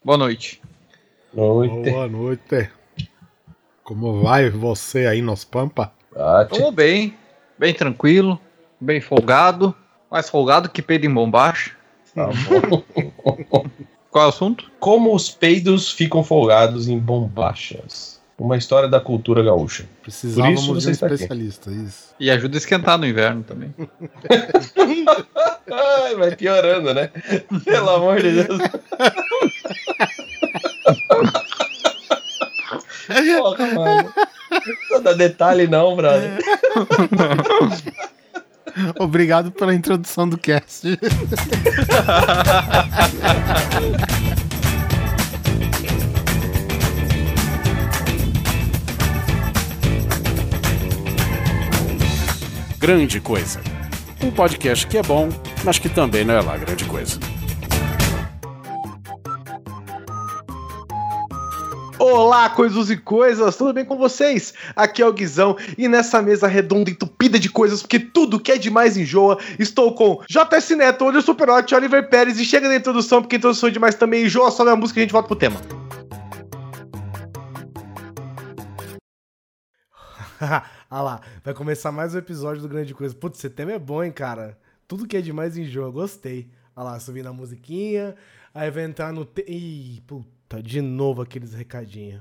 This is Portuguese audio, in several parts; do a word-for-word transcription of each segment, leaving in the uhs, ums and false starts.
Boa noite. Noite. Boa noite. Como vai você aí nos Pampa? Tudo bem, bem tranquilo, bem folgado, mais folgado que peido em bombacha. Tá bom. Qual é o assunto? Como os peidos ficam folgados em bombachas. Uma história da cultura gaúcha. Precisávamos Por isso de um você está especialista, isso. E ajuda a esquentar no inverno também. Ai, vai piorando, né? Pelo amor de Deus. Porra, mano. Não dá detalhe não, brother. Obrigado pela introdução do cast. Grande Coisa. Um podcast que é bom, mas que também não é lá grande coisa. Olá, coisas e coisas, tudo bem com vocês? Aqui é o Guizão e nessa mesa redonda entupida de coisas, porque tudo que é demais enjoa, estou com J S Neto, Olho Superote, Oliver Pérez e chega na introdução, porque a introdução é demais também enjoa, sobe a música e a gente volta pro tema. Ah lá, vai começar mais um episódio do Grande Coisa. Putz, esse tema é bom, hein, cara? Tudo que é demais enjoa, gostei. Ah lá, subindo a musiquinha, aí vai entrar no... Te... Ih, puta, de novo aqueles recadinhos.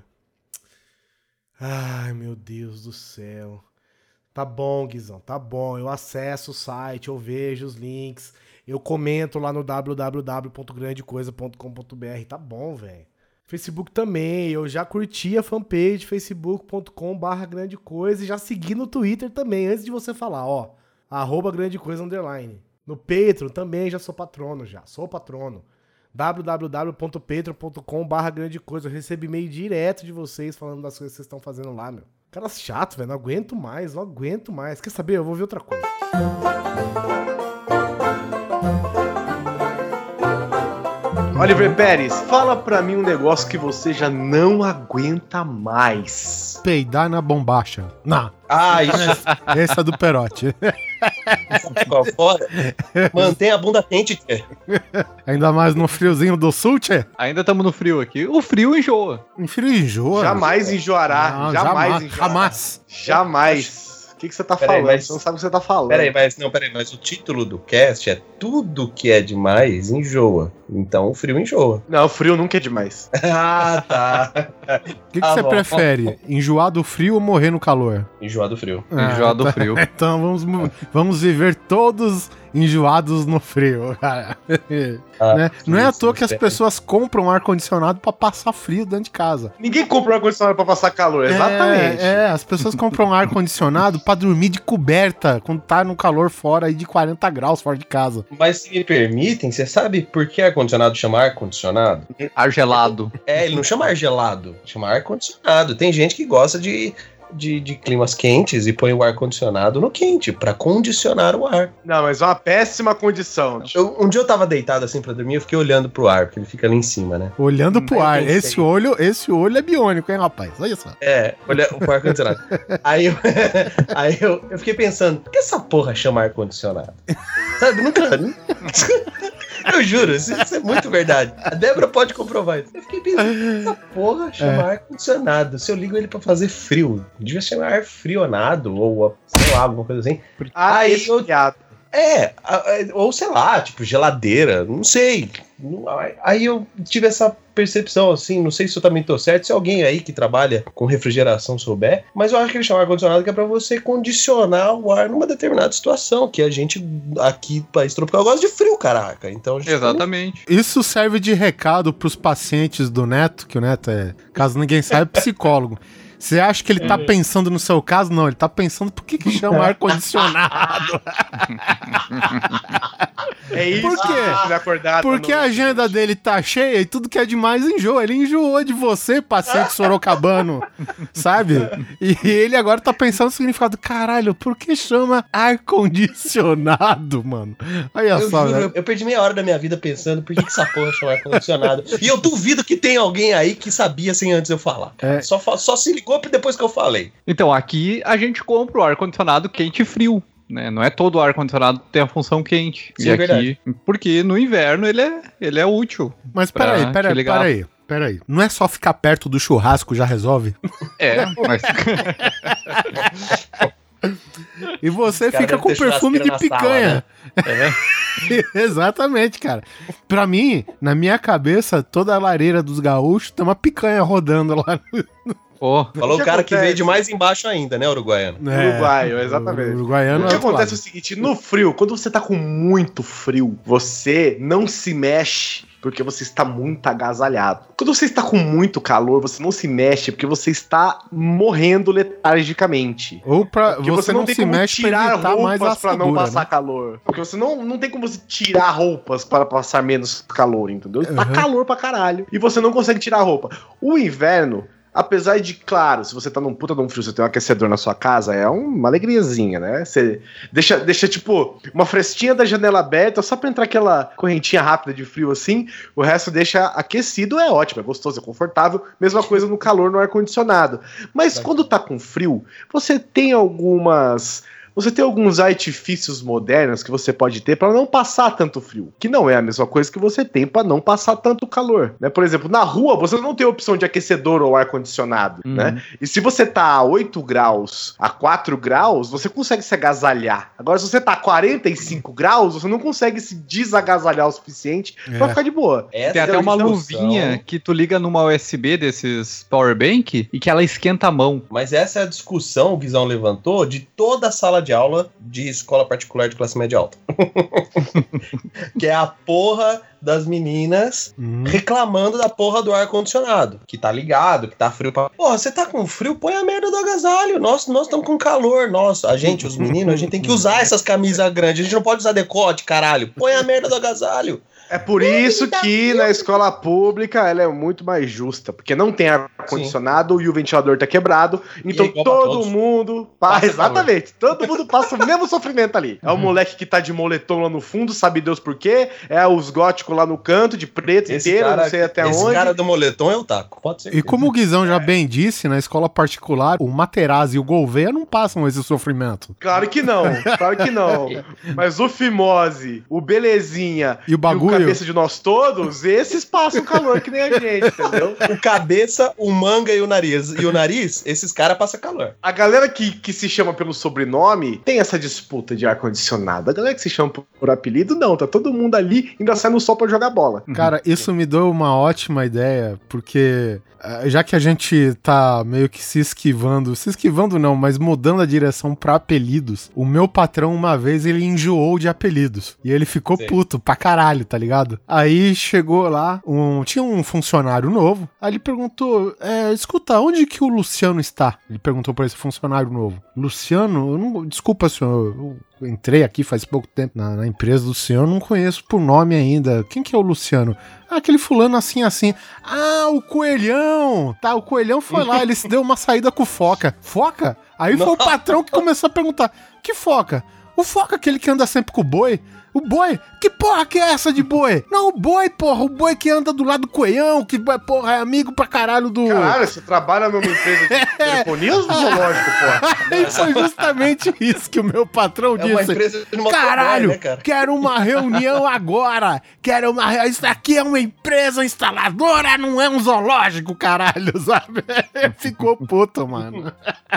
Ai, meu Deus do céu. Tá bom, Guizão, tá bom. Eu acesso o site, eu vejo os links, eu comento lá no w w w ponto grande coisa ponto com ponto b r. Tá bom, velho. Facebook também, eu já curti a fanpage facebook ponto com barra grande coisa e já segui no Twitter também, antes de você falar, ó, arroba grande coisa underline. No Patreon também já sou patrono já, sou patrono. w w w ponto patreon ponto com barra grande coisa, eu recebi e-mail direto de vocês falando das coisas que vocês estão fazendo lá, meu. Cara chato, velho, não aguento mais, não aguento mais. Quer saber? Eu vou ver outra coisa. Oliver Pérez, fala pra mim um negócio que você já não aguenta mais. Peidar na bombacha. Não. Ah, isso. Esse é do Perotti. Fora. Mantém a bunda quente, tchê. Ainda mais no friozinho do sul, tchê. Ainda estamos no frio aqui. O frio enjoa. Em frio enjoa. Jamais enjoará. Não, jamais jamais. enjoará. Jamais. Jamais. O que, que você tá Peraí, falando? mas- Você não sabe o que você tá falando. Peraí, mas não, peraí, mas o título do cast é Tudo que é demais enjoa. Então o frio enjoa. Não, frio nunca é demais. Ah, tá. O que, que Tá você bom. prefere? Enjoar do frio ou morrer no calor? Enjoar do frio. Enjoar do tá. frio. Então vamos, mu- vamos viver todos enjoados no frio, cara. Ah, Né? Não é à toa que as isso, pessoas compram ar-condicionado pra passar frio dentro de casa. Ninguém compra um ar-condicionado pra passar calor, exatamente. É, é, as pessoas compram ar-condicionado pra dormir de coberta quando tá no calor fora aí de quarenta graus fora de casa. Mas se me permitem, você sabe por que ar-condicionado chama ar-condicionado? Ar gelado. É, ele não chama ar gelado, chama ar-condicionado. Tem gente que gosta de, de, de climas quentes e põe o ar-condicionado no quente, pra condicionar o ar. Não, mas é uma péssima condição. Eu- um dia eu tava deitado assim pra dormir, eu fiquei olhando pro ar, porque ele fica ali em cima, né? Olhando pro Aí eu ar. pensei. Esse olho, esse olho é biônico, hein, rapaz? Olha só. É, olha o ar-condicionado. aí eu, aí eu, eu fiquei pensando, por que essa porra chama ar-condicionado? Sabe, nunca... Eu juro, isso, isso é muito verdade. A Débora pode comprovar isso. Eu fiquei pensando, essa porra chama ar-condicionado. Se eu ligo ele pra fazer frio, devia chamar ar frionado, ou sei lá, alguma coisa assim. Ah, Aí esse eu- piado. É, a- a- ou sei lá, tipo geladeira, não sei. Não- Aí eu tive essa percepção, assim, não sei se eu também tô certo, se alguém aí que trabalha com refrigeração souber, mas eu acho que ele chama ar-condicionado que é pra você condicionar o ar numa determinada situação, que a gente aqui, país tropical, gosta de frio, caraca. Então a gente Exatamente. Isso serve de recado pros pacientes do Neto, que o Neto é, caso ninguém saiba, psicólogo. Você acha que ele tá pensando no seu caso? Não, ele tá pensando por que que chama ar-condicionado. É isso Por quê? que você vai acordar. Porque tá a no- agenda dele tá cheia e tudo que é demais enjoa. Ele enjoou de você, paciente sorocabano, sabe? E ele agora tá pensando no significado. Caralho, por que chama ar-condicionado, mano? Olha Eu só, juro, velho. eu, eu perdi meia hora da minha vida pensando por que, que essa porra chama ar-condicionado. E eu duvido que tenha alguém aí que sabia sem antes eu falar. É. Só, fa- só se ligou depois que eu falei. Então, aqui a gente compra o ar-condicionado quente e frio. Né? Não é todo ar-condicionado que tem a função quente. Sim, e é aqui, verdade. porque no inverno ele é, ele é útil. Mas pra peraí, te peraí, ligar. peraí. Pera aí, não é só ficar perto do churrasco já resolve? É, mas... E você Cara, fica deve com ter perfume de churrasqueira na picanha. sala, né? Exatamente, cara. Pra mim, na minha cabeça, toda a lareira dos gaúchos tem uma picanha rodando lá. Pô, Falou O que o cara que acontece? veio de mais embaixo ainda, né, uruguaiano? É, Uruguaio, exatamente. O uruguaiano O que é outro acontece é lado. o seguinte, no frio, quando você tá com muito frio, você não se mexe porque você está muito agasalhado. Quando você está com muito calor, você não se mexe porque você está morrendo letargicamente. Ou pra Porque você, não tem se como mexe pra tirar evitar mais roupas pra não assadura, passar né? calor. Porque você não, não tem como você tirar roupas para passar menos calor, entendeu? Tá Uhum. calor pra caralho. E você não consegue tirar a roupa. O inverno, apesar de, claro, se você tá num puta de um frio, você tem um aquecedor na sua casa, é uma alegriazinha, né? Você deixa, deixa tipo, uma frestinha da janela aberta, só pra entrar aquela correntinha rápida de frio assim, o resto deixa aquecido, é ótimo, é gostoso, é confortável, mesma coisa no calor, no ar-condicionado. Mas quando tá com frio, você tem algumas... Você tem alguns artifícios modernos que você pode ter para não passar tanto frio, que não é a mesma coisa que você tem para não passar tanto calor, né? Por exemplo, na rua você não tem opção de aquecedor ou ar condicionado, Uhum. né? E se você tá a oito graus, a quatro graus, você consegue se agasalhar. Agora se você tá a quarenta e cinco graus, você não consegue se desagasalhar o suficiente É. para ficar de boa. Essa tem é até a uma discussão. luvinha que tu liga numa U S B desses power bank e que ela esquenta a mão. Mas essa é a discussão, o Guizão levantou, de toda a sala de aula de escola particular de classe média alta. Que é a porra das meninas Hum. reclamando da porra do ar-condicionado. Que tá ligado, que tá frio pra... Porra, você tá com frio? Põe a merda do agasalho. Nós nós estamos com calor. Nossa, a gente, os meninos, a gente tem que usar essas camisas grandes. A gente não pode usar decote, caralho. Põe a merda do agasalho. É por isso que na escola pública ela é muito mais justa, porque não tem ar-condicionado e o ventilador tá quebrado, então é igual pra todo todos. mundo passa, Passa exatamente, todo mundo passa o mesmo sofrimento ali. É o moleque que tá de moletom lá no fundo, sabe Deus por quê, é os góticos lá no canto, de preto inteiro, não sei até esse onde. cara do moletom é o taco, pode ser. E como o Guizão já bem disse, na escola particular, o Materazzi e o Gouveia não passam esse sofrimento. Claro que não, claro que não. Mas o Fimose, o Belezinha E o bagulho? e o Cabeça de Nós Todos, esses passam calor que nem a gente, entendeu? O cabeça, o manga e o nariz. E o nariz, esses caras passam calor. A galera que, que se chama pelo sobrenome tem essa disputa de ar-condicionado. A galera que se chama por, por apelido, não. Tá todo mundo ali ainda sai no sol pra jogar bola. Cara, isso me deu uma ótima ideia, porque eh, já que a gente tá meio que se esquivando, se esquivando não, mas mudando a direção pra apelidos, o meu patrão uma vez ele enjoou de apelidos. E ele ficou Sim. puto pra caralho, tá ligado? Aí chegou lá, um, tinha um funcionário novo, aí ele perguntou, é, escuta, onde que o Luciano está? Ele perguntou pra esse funcionário novo. Luciano? Eu não, desculpa, senhor, eu Eu entrei aqui faz pouco tempo na, na empresa do senhor, não conheço por nome ainda. Quem que é o Luciano? Ah, aquele fulano assim, assim. Ah, o Coelhão! Tá, o Coelhão foi lá, ele se deu uma saída com o Foca. Foca? Aí foi o patrão que começou a perguntar, que Foca? O Foca, aquele que anda sempre com o boi? O boi? Que porra que é essa de boi? Não, o boi, porra, o boi que anda do lado do Coelhão, que, porra, é amigo pra caralho do... Caralho, você trabalha numa empresa de telefonia ou zoológico, pô? E foi justamente isso que o meu patrão É disse. uma empresa de uma Caralho, né, cara? quero uma reunião agora. Quero uma reunião. Isso aqui é uma empresa instaladora, não é um zoológico, caralho, sabe? Ficou puto, mano.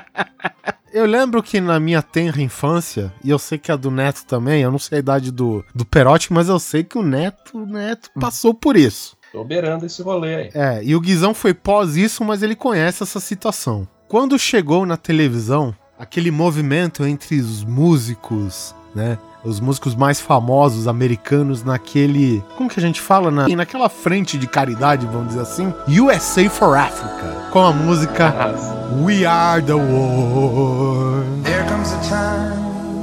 Eu lembro que na minha tenra infância, e eu sei que a do Neto também, eu não sei a idade do, do Perotti, mas eu sei que o Neto, o Neto passou por isso. Tô beirando esse rolê aí. É, e o Guizão foi pós isso, mas ele conhece essa situação. Quando chegou na televisão, aquele movimento entre os músicos, né? Os músicos mais famosos americanos naquele... Como que a gente fala? Na, naquela frente de caridade, vamos dizer assim. U S A for Africa. Com a música We Are the World. There comes a time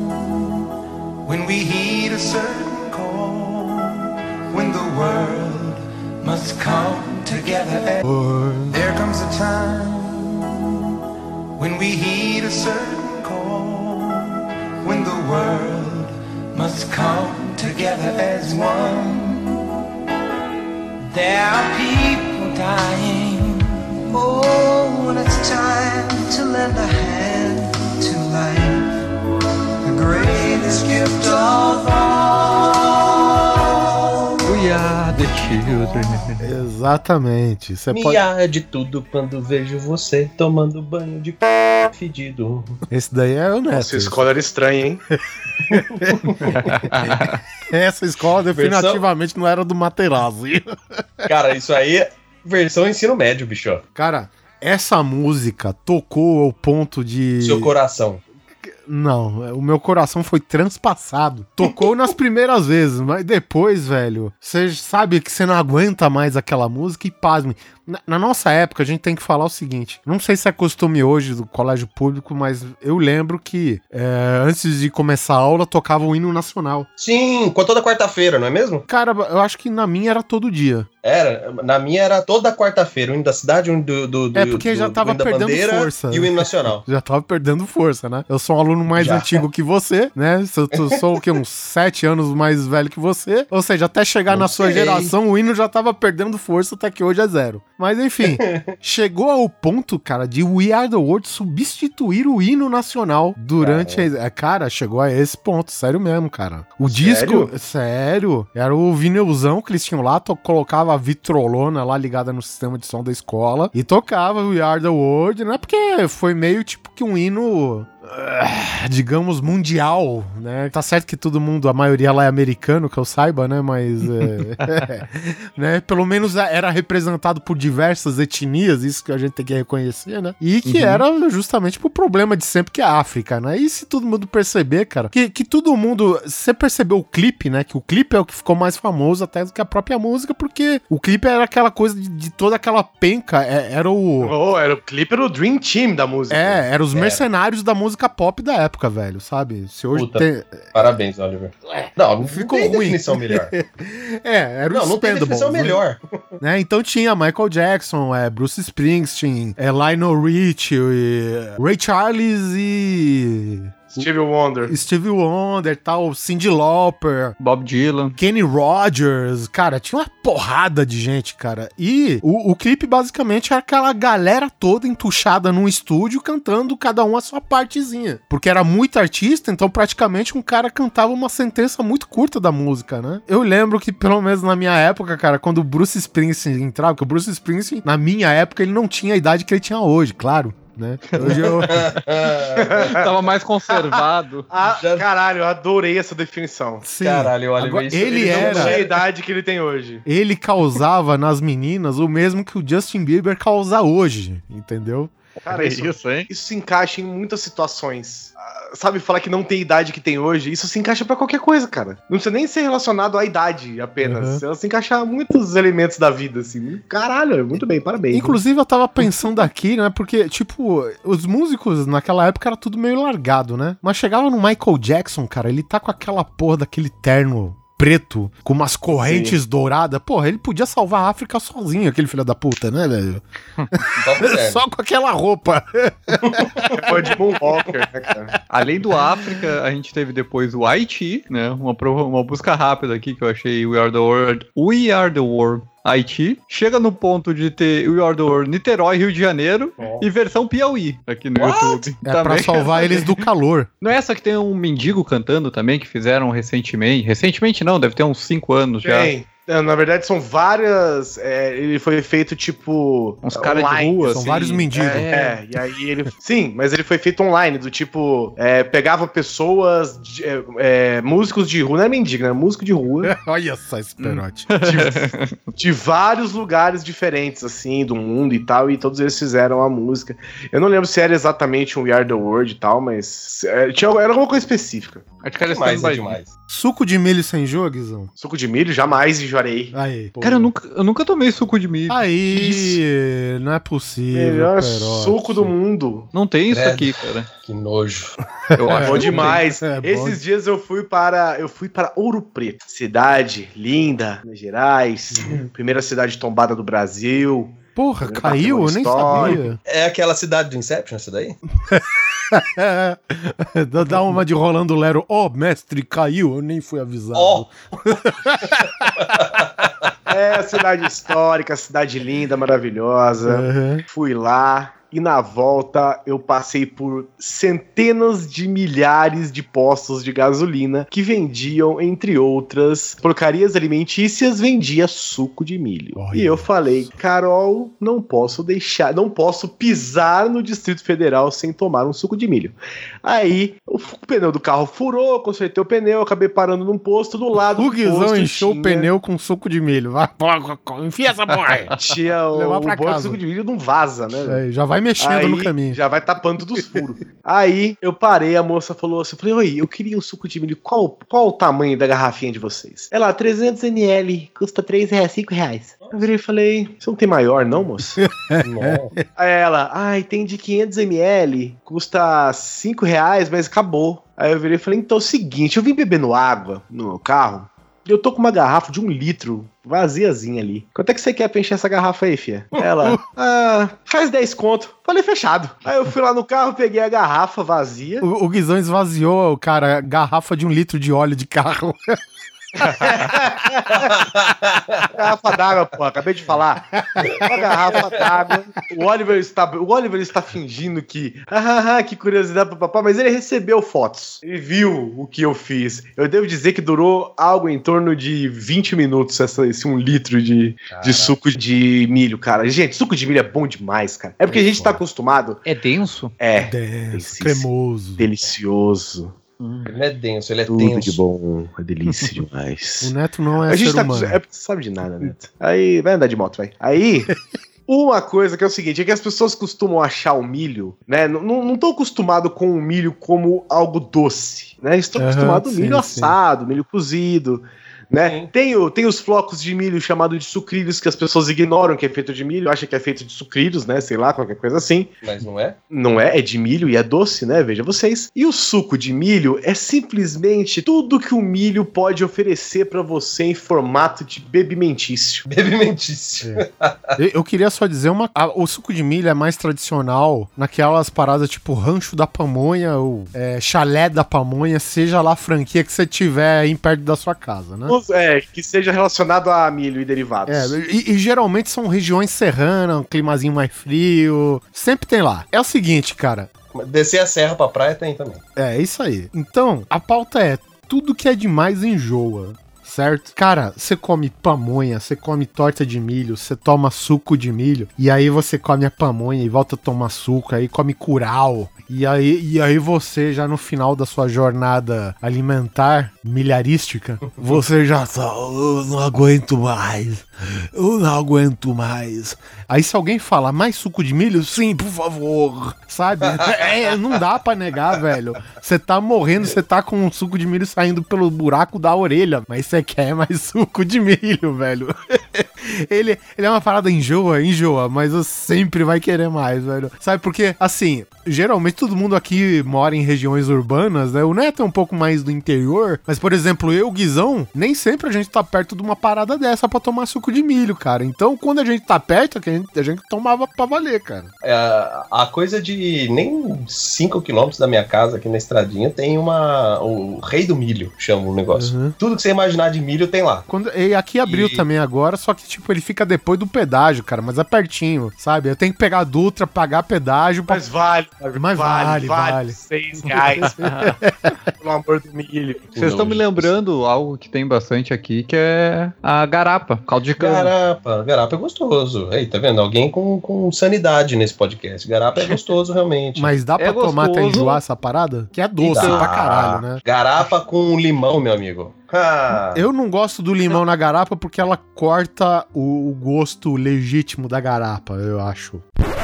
when we heed a certain call, when the world must come together. There comes a time when we heed a certain call, when the world must come together as one. There are people dying. Oh, when it's time to lend a hand to life, the greatest gift of all. We are the children. Exatamente. Você Me pode... arde tudo quando vejo você tomando banho de p... fedido. Esse daí é o Neto. Nossa, a escola era estranha, hein? Essa escola definitivamente não era do Materazzi. Cara, isso aí é versão ensino médio, bicho. Cara, essa música tocou ao ponto de... Seu coração. Não, o meu coração foi transpassado. Tocou nas primeiras vezes, mas depois, velho, você sabe que você não aguenta mais aquela música e pasme. Na, na nossa época, a gente tem que falar o seguinte, não sei se é costume hoje do colégio público, mas eu lembro que é, antes de começar a aula, tocava o hino nacional. Sim, com toda quarta-feira, não é mesmo? Cara, eu acho que na minha era todo dia. Era, na minha era toda quarta-feira, o hino da cidade, o hino do, do, do É porque do, já tava do hino da perdendo bandeira força. E o hino nacional. Já tava perdendo força, né? Eu sou um aluno mais Já. antigo que você, né? Eu tô- sou o quê? Uns sete anos mais velho que você. Ou seja, até chegar Não na sua sei. geração, o hino já tava perdendo força, até que hoje é zero. Mas enfim, chegou ao ponto, cara, de We Are The World substituir o hino nacional durante... A... Cara, chegou a esse ponto, sério mesmo, cara. O Sério? disco... Sério. Era o vinilzão que eles tinham lá, to... colocava a vitrolona lá ligada no sistema de som da escola e tocava We Are The World, né? Porque foi meio tipo que um hino... ah, digamos, mundial, né? Tá certo que todo mundo, a maioria lá é americano, que eu saiba, né? Mas, é, né? Pelo menos era representado por diversas etnias, isso que a gente tem que reconhecer, né? E que era justamente pro problema de sempre, que é a África, né? E se todo mundo perceber, cara, que, que todo mundo... Você percebeu o clipe, né? Que o clipe é o que ficou mais famoso até do que a própria música, porque o clipe era aquela coisa de, de toda aquela penca, é- era o... Oh, era o clipe, era o Dream Team da música. É, eram os É. mercenários da música pop da época, velho, sabe? Se hoje Puta. tem... Parabéns, Oliver. Não, não Ficou tem ruim. definição melhor. É, era o Não, não tem Expendables, definição né? melhor. Né? Então tinha Michael Jackson, é, Bruce Springsteen, é, Lionel Richie, e Ray Charles e... Stevie Wonder. Stevie Wonder, tal, Cyndi Lauper, Bob Dylan. Kenny Rogers, cara, tinha uma porrada de gente, cara. E o, o clipe basicamente era aquela galera toda entuchada num estúdio cantando cada um a sua partezinha. Porque era muito artista, então praticamente um cara cantava uma sentença muito curta da música, né? Eu lembro que, pelo menos na minha época, cara, quando o Bruce Springsteen entrava, porque o Bruce Springsteen, na minha época, ele não tinha a idade que ele tinha hoje, claro. Né? Hoje eu... Tava mais conservado. Ah, Já- caralho, eu adorei essa definição. Sim. Caralho, Oliver, Agora, isso- ele ele não Não era... tinha a idade que ele tem hoje. Ele causava nas meninas o mesmo que o Justin Bieber causa hoje, entendeu? Cara, isso, isso, hein? isso se encaixa em muitas situações. Ah, sabe, falar que não tem idade que tem hoje, isso se encaixa pra qualquer coisa, cara. Não precisa nem ser relacionado à idade apenas. Uhum. Ela se encaixa a muitos elementos da vida, assim. Caralho, muito bem, parabéns. Inclusive, eu tava pensando aqui, né? Porque, tipo, os músicos naquela época era tudo meio largado, né? Mas chegava no Michael Jackson, cara, ele tá com aquela porra daquele terno preto, com umas correntes douradas. Porra, ele podia salvar a África sozinho, aquele filho da puta, né, velho? Só pro terno. Só com aquela roupa. Foi de Moonwalker, né, cara? Além do África, a gente teve depois o Haiti, né? Uma, prova- uma busca rápida aqui que eu achei We Are The World. We Are The World. Haiti. Chega no ponto de ter We Are The World Niterói, Rio de Janeiro. Oh. E versão Piauí aqui no YouTube. É pra salvar eles do calor. Não é essa que tem um mendigo cantando também, que fizeram recentemente? Recentemente não, deve ter uns cinco anos já. Tem. É, na verdade, são várias. é, ele foi feito tipo. Uns caras de online, rua, São assim. vários mendigos. É, é, e aí ele. Sim, mas ele foi feito online, do tipo. é, pegava pessoas, de- é, é, músicos de rua, não é mendigo, né? Músico de rua, Olha só esse perote. de, de vários lugares diferentes, assim, do mundo e tal, e todos eles fizeram a música. Eu não lembro se era exatamente um We Are the World e tal, mas. é, tinha, era alguma coisa específica. Acho que era Demais, Stand é By demais. Suco de milho sem joguizão? Suco de milho, jamais enjoarei. Aí. Cara, eu nunca, eu nunca tomei suco de milho. Aí, não é possível, Melhor perote. suco do mundo. Não tem isso Credo. aqui, cara. Que nojo. Eu acho Bom que não demais. É bom. Esses dias eu fui para eu fui para Ouro Preto, cidade linda, Minas Gerais, primeira cidade tombada do Brasil. Porra, Primeiro caiu? Eu nem patrimônio sabia. É aquela cidade do Inception, essa daí? Dá- Dá uma de Rolando Lero. Ó, mestre, caiu, eu nem fui avisado. Ó. É cidade histórica, cidade linda, maravilhosa. Uhum. Fui lá e na volta eu passei por centenas de milhares de postos de gasolina que vendiam, entre outras porcarias alimentícias, vendia suco de milho. Olha. E eu falei, Carol, não posso deixar, não posso pisar no Distrito Federal sem tomar um suco de milho. Aí o pneu do carro furou, consertei o pneu, acabei parando num posto do lado O do Guizão posto. encheu tinha... o pneu com suco de milho. Vai, enfia essa porra. Tinha o, Levar o pra bom casa. suco de milho não vaza, né? É, já vai mexendo Aí, no caminho. já vai tapando todos os furos. Aí eu parei, a moça falou assim, eu falei, oi, eu queria um suco de milho, qual, qual o tamanho da garrafinha de vocês? Ela, trezentos mililitros, custa três reais, cinco reais. Eu virei e falei, você não tem maior não, moça? Não. Aí ela, ai, tem de quinhentos mililitros, custa cinco reais, mas acabou. Aí eu virei e falei, então é o seguinte, eu vim bebendo água no meu carro, e eu tô com uma garrafa de um litro, vaziazinha ali. Quanto é que você quer pra encher essa garrafa aí, fia? Ela, ah, faz dez conto. Falei, fechado. Aí eu fui lá no carro, peguei a garrafa vazia. O, o Guizão esvaziou, cara, a garrafa de um litro de óleo de carro. Garrafa d'água, pô, acabei de falar. Uma garrafa d'água. O Oliver está, o Oliver está fingindo que, ah, que curiosidade pro papai, mas ele recebeu fotos. Ele viu o que eu fiz. Eu devo dizer que durou algo em torno de vinte minutos essa, esse um litro de, de suco de milho, cara. Gente, suco de milho é bom demais, cara. É porque a gente tá acostumado. É denso? É. Denso, Delicioso. cremoso. Delicioso. Ele não é denso, ele é Tudo tenso. de bom. É delícia demais. O Neto não é A gente ser tá. humano. É porque você sabe de nada, Neto. Aí, vai andar de moto, vai. Aí. Uma coisa que é o seguinte, é que as pessoas costumam achar o milho, né? Não, não, não tô acostumado com o milho como algo doce, né? Estou Aham, acostumado sim, milho sim. assado, milho cozido, né? Sim. Tem, o, tem os flocos de milho chamado de sucrilhos que as pessoas ignoram que é feito de milho, acham que é feito de sucrilhos, né? Sei lá, qualquer coisa assim. Mas não é? Não é, é de milho e é doce, né? Veja vocês. E o suco de milho é simplesmente tudo que o milho pode oferecer pra você em formato de bebimentício. Bebimentício. Eu, eu queria só dizer uma. a- o suco de milho é mais tradicional naquelas paradas tipo Rancho da Pamonha ou é, Chalé da Pamonha, seja lá a franquia que você tiver aí perto da sua casa, né? É, que seja relacionado a milho e derivados. É, e, e geralmente são regiões serranas, um climazinho mais frio. Sempre tem lá. É o seguinte, cara. Descer a serra pra praia tem também. É isso aí. Então, a pauta é: tudo que é demais enjoa. Certo? Cara, você come pamonha, você come torta de milho, você toma suco de milho, e aí você come a pamonha e volta a tomar suco, aí come curau, e aí, e aí você já no final da sua jornada alimentar, milharística, você já tá, eu não aguento mais, eu não aguento mais. Aí se alguém fala, mais suco de milho? Sim, por favor, sabe? É, não dá pra negar, velho. Você tá morrendo, você tá com um suco de milho saindo pelo buraco da orelha, mas você quer mais suco de milho, velho. Ele, ele é uma parada enjoa, enjoa, mas você sempre vai querer mais, velho. Sabe, porque, assim, geralmente todo mundo aqui mora em regiões urbanas, né? O Neto é um pouco mais do interior, mas, por exemplo, eu, Guizão, nem sempre a gente tá perto de uma parada dessa pra tomar suco de milho, cara. Então, quando a gente tá perto, a gente, a gente tomava pra valer, cara. É, a coisa de nem cinco quilômetros da minha casa, aqui na estradinha, tem uma. O Rei do Milho, chama o negócio. Uhum. Tudo que você imaginar de milho tem lá. Quando, e aqui abriu E- também agora, só que, tipo, ele fica depois do pedágio, cara, mas é pertinho, sabe? Eu tenho que pegar a Dutra, pagar pedágio pra... Mas vale, Mas vale, vale. Seis reais. Pelo amor do milho. Vocês estão me lembrando algo que tem bastante aqui, que é a garapa, caldo de cana. Garapa, garapa é gostoso. Aí, tá vendo? Alguém com, com sanidade nesse podcast. Garapa é gostoso, realmente. Mas dá pra É tomar até gostoso. enjoar essa parada? Que é doce Dá. pra caralho, né? Garapa com limão, meu amigo. Ah, Eu não gosto do limão na garapa porque ela corta o, o gosto legítimo da garapa, eu acho.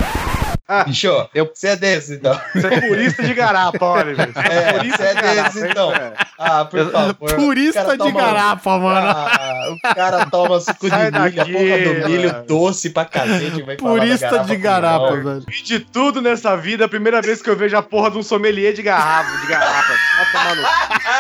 bicho, Eu- você é desse, então. Você é purista de garapa, olha, velho. É, você é desse, hein, então. cara? Ah, por favor. Purista O cara de toma- garapa, mano. Ah, o cara toma suco de Sai milho, a daqui, porra do milho mano. doce pra cacete. Vai falar da Purista de com garapa, limão. velho. Vi de tudo nessa vida, a primeira vez que eu vejo a porra de um sommelier de garrafa, de garrafa. Vai tomar no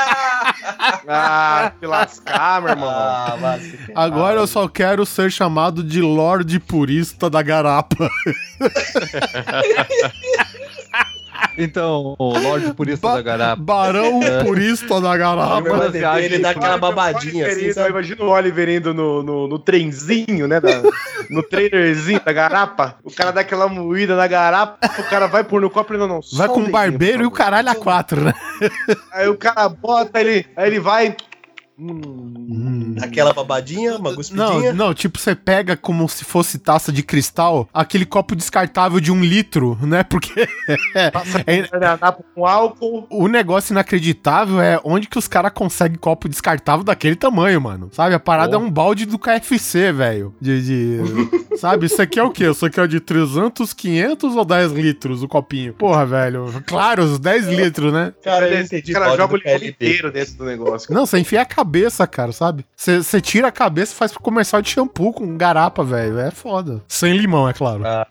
cu. Ah, que lascar, meu irmão. Ah, vai se ferrar. Agora eu só quero ser chamado de Lorde Purista da garapa. Então, o Lorde Purista Ba- da Garapa. Barão Purista da Garapa. Oliver vai beber, ele dá aquela babadinha assim, Oliver, sabe? imagina o Oliver indo no, no, no trenzinho, né? da- no trailerzinho da garapa. O cara dá aquela moída na garapa, o cara vai pôr no copo e não, não. Vai só com um o dedinho, barbeiro por e o favor. caralho a quatro, né? Aí o cara bota ele, aí ele vai. Aquela babadinha, uma Não, guspidinha. não, tipo, você pega como se fosse taça de cristal, aquele copo descartável de um litro, né? Porque é- Garapa com álcool. o negócio inacreditável é onde que os caras conseguem copo descartável daquele tamanho, mano. Sabe? A parada Oh. é um balde do K F C, velho. De, de- Sabe? Isso aqui é o quê? Isso aqui é de trezentos, quinhentos ou dez litros o copinho? Porra, velho. Claro, os dez litros, né? Cara, eu Esse entendi. cara balde joga o do limão K L P. inteiro dentro do negócio. Não, você enfia a cabeça, cara, sabe? Você você tira a cabeça e faz comercial de shampoo com garapa, velho. É foda. Sem limão, é claro. Ah.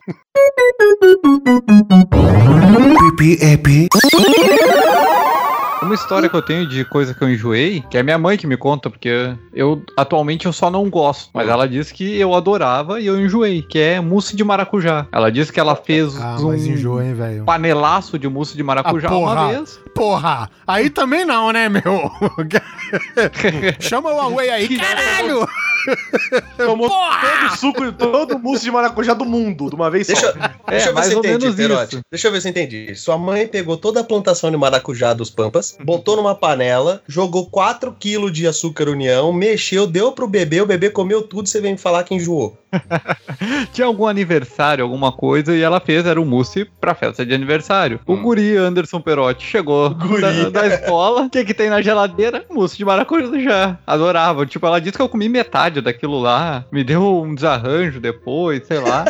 Uma história que eu tenho de coisa que eu enjoei, que é minha mãe que me conta, porque eu atualmente eu só não gosto. Mas ela disse que eu adorava e eu enjoei, que é mousse de maracujá. Ela disse que ela fez Ah, um mas enjoa, hein, velho. panelaço de mousse de maracujá Ah, porra. uma vez. Porra! Aí também não, né, meu? Chama o Huawei aí, caralho! Tomou Porra! todo o suco, todo o mousse de maracujá do mundo, de uma vez Deixa, só. deixa É, eu ver mais se eu ou entendi, menos Perotti. isso. Deixa eu ver se eu entendi. Sua mãe pegou toda a plantação de maracujá dos Pampas, botou numa panela, jogou quatro quilos de açúcar união, mexeu, deu pro bebê, o bebê comeu tudo, você vem me falar que enjoou. Tinha algum aniversário, alguma coisa, e ela fez, era um mousse pra festa de aniversário. O guri Anderson Perotti chegou da, da escola, o que que tem na geladeira? Mousse de maracujá. Adorava. Tipo, ela disse que eu comi metade daquilo lá, me deu um desarranjo depois, sei lá.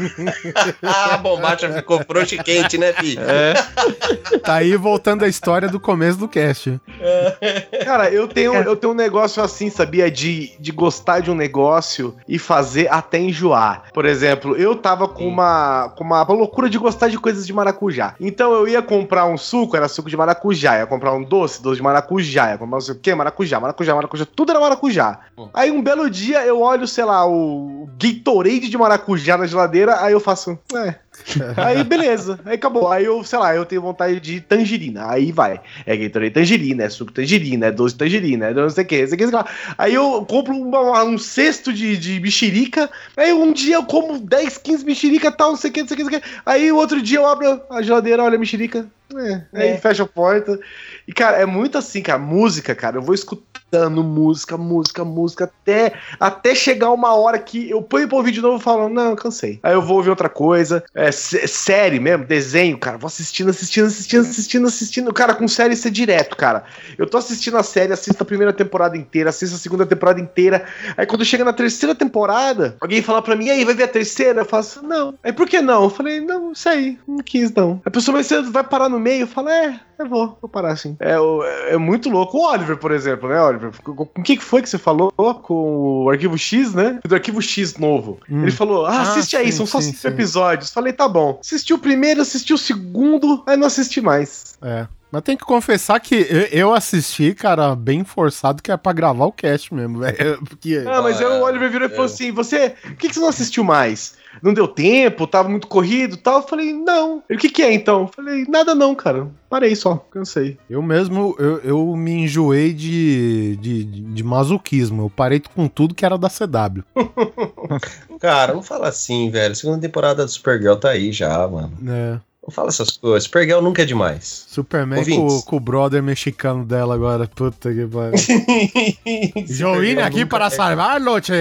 Ah, a bombacha ficou frouxa e quente, né, filho? É. Tá aí voltando à história do começo do cast. Cara, eu tenho, eu tenho um negócio assim, sabia? De, de gostar de um negócio e fazer até enjoar. Por exemplo, eu tava com uma, com uma loucura de gostar de coisas de maracujá. Então eu ia comprar um suco, era suco de maracujá. Ia comprar um doce, doce de maracujá. Ia comprar não sei o quê, maracujá, maracujá, maracujá. Tudo era maracujá. Aí um belo dia eu olho, sei lá, o Gatorade de maracujá na geladeira, aí eu faço... É... Aí beleza, aí acabou. Aí eu, sei lá, eu tenho vontade de tangerina. Aí vai. É Gatorade tangerina, é suco tangerina, é doce tangerina, é não sei o que, não sei o que, sei lá. Aí eu compro uma- um cesto de, de mexerica. Aí um dia eu como dez, quinze mexerica, tal, não sei o que, não sei o que, não sei o que. Aí o outro dia eu abro a geladeira, olha a mexerica. É, aí É. fecha a porta. E, cara, é muito assim, cara. Música, cara, eu vou escutando música, música, música, até, até chegar uma hora que eu ponho pra ouvir de novo e falo, não, cansei. Aí eu vou ouvir outra coisa. É, sé- série mesmo, desenho, cara. Vou assistindo, assistindo, assistindo, assistindo, assistindo. Cara, com série isso é direto, cara. Eu tô assistindo a série, assisto a primeira temporada inteira, assisto a segunda temporada inteira. Aí quando chega na terceira temporada, alguém fala pra mim, e aí, vai ver a terceira? Eu faço, não. Aí por que não? Eu falei, não, isso aí, não quis não. A pessoa, mas você vai parar no meio? Eu falo, é, eu vou, vou parar assim. É, o- é muito louco. O Oliver, por exemplo, né, Oliver? Com o que que foi que você falou com o Arquivo X, né? Do Arquivo X novo. Hum. Ele falou, ah, Ah, assiste aí, sim, são só sim, cinco sim. episódios. Falei, tá bom. Assisti o primeiro, assisti o segundo, aí não assisti mais. É. Mas tem que confessar que eu, eu assisti, cara, bem forçado, que é pra gravar o cast mesmo, velho. Porque. Ah, mas aí o Oliver virou e falou assim, você, por que que você não assistiu mais? Não deu tempo, tava muito corrido e tal? Eu falei, não. Ele, o que que é então? Eu falei, nada não, cara. Parei só, cansei. Eu mesmo, eu, eu me enjoei de, de, de masoquismo. Eu parei com tudo que era da C W. Cara, não fala assim, velho. Segunda temporada do Supergirl tá aí já, mano. É. Não fala essas coisas. Supergirl nunca é demais. Superman com, Ouvintes. com o brother mexicano dela agora. Puta que pariu. Joinha aqui nunca para é- salvar-lo, tchê.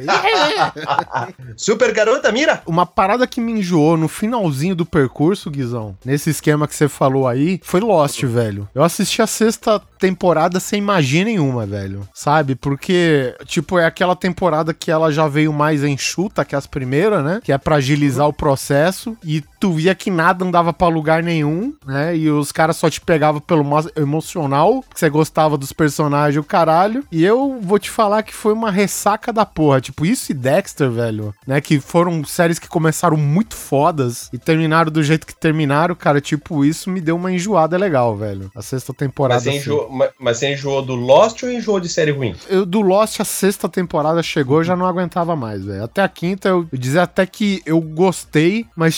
Super garota, mira! Uma parada que me enjoou no finalzinho do percurso, Guizão, nesse esquema que você falou aí, foi Lost, velho. Eu assisti a sexta temporada sem magia nenhuma, velho. Sabe? Porque, tipo, é aquela temporada que ela já veio mais enxuta que as primeiras, né? Que é pra agilizar o processo. E tu via que nada andava pra lugar nenhum, né? E os caras só te pegavam pelo mo- emocional, que você gostava dos personagens, o caralho. E eu vou te falar que foi uma ressaca da porra. Tipo, isso e Dexter, velho, né? Que foram séries que começaram muito fodas e terminaram do jeito que terminaram, cara. Tipo, isso me deu uma enjoada legal, velho. A sexta temporada. Mas você, assim. enjoou, mas, mas você enjoou do Lost ou enjoou de série ruim? Eu, do Lost, a sexta temporada chegou, eu já não aguentava mais, velho. Até a quinta, eu, eu dizia até que eu gostei, mas, tipo,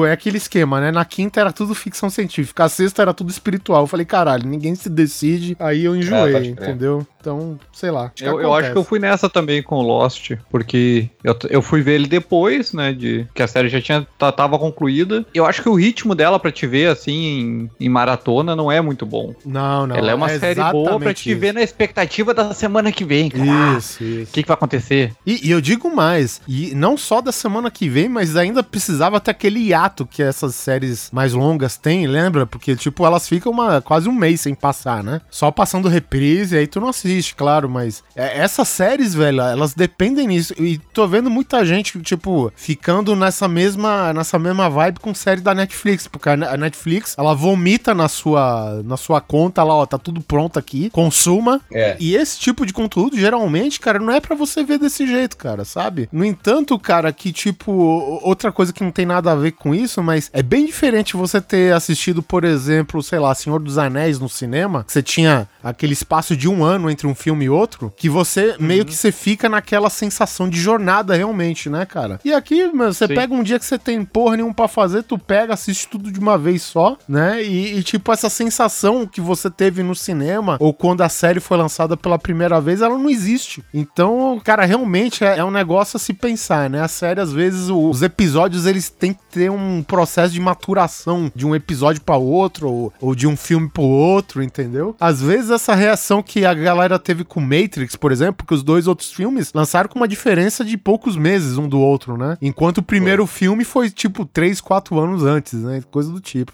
tipo, é aquele esquema, né? Na quinta era tudo ficção científica, a sexta era tudo espiritual. Eu falei, caralho, ninguém se decide, aí eu enjoei, Ah, pode crer. entendeu? Então, sei lá. Acho que Eu, eu acho que eu fui nessa também com o Lost, porque eu, eu fui ver ele depois, né, de que a série já tinha, tá- tava concluída. Eu acho que o ritmo dela pra te ver, assim, em, em maratona não é muito bom. Não, não. Ela é uma série boa pra te isso. ver na expectativa da semana que vem, cara. Isso, isso. O que, que vai acontecer? E, e eu digo mais, e não só da semana que vem, mas ainda precisava ter aquele hiato que essas séries mais longas têm, lembra? Porque, tipo, elas ficam uma, quase um mês sem passar, né? Só passando reprise, aí tu não assiste, claro, mas é, essas séries, velho, elas dependem nisso. E tô vendo muita gente, tipo, ficando nessa mesma, nessa mesma vibe com série da Netflix, porque a a Netflix, ela vomita na sua, na sua conta lá, ó, tá tudo pronto aqui, consuma. É. E esse tipo de conteúdo, geralmente, cara, não é pra você ver desse jeito, cara, sabe? No entanto, cara, que tipo, o- outra coisa que não tem nada a ver com isso, mas é bem diferente você ter assistido, por exemplo, sei lá, Senhor dos Anéis no cinema, que você tinha aquele espaço de um ano entre um filme e outro, que você meio que você fica naquela sensação de jornada realmente, né, cara? E aqui, meu, você Sim. pega um dia que você tem porra nenhuma pra fazer, tu pega, assiste tudo de uma vez só, né? E, e, tipo, essa sensação que você teve no cinema, ou quando a série foi lançada pela primeira vez, ela não existe. Então, cara, realmente é, é um negócio a se pensar, né? A série, às vezes, o- os episódios, eles têm que ter um processo de maturação de um episódio pra outro, ou, ou de um filme pro outro, entendeu? Às vezes, essa reação que a galera teve com Matrix, por exemplo, porque os dois outros filmes lançaram com uma diferença de poucos meses um do outro, né? Enquanto o primeiro filme foi, tipo, três, quatro anos antes, né? Coisa do tipo.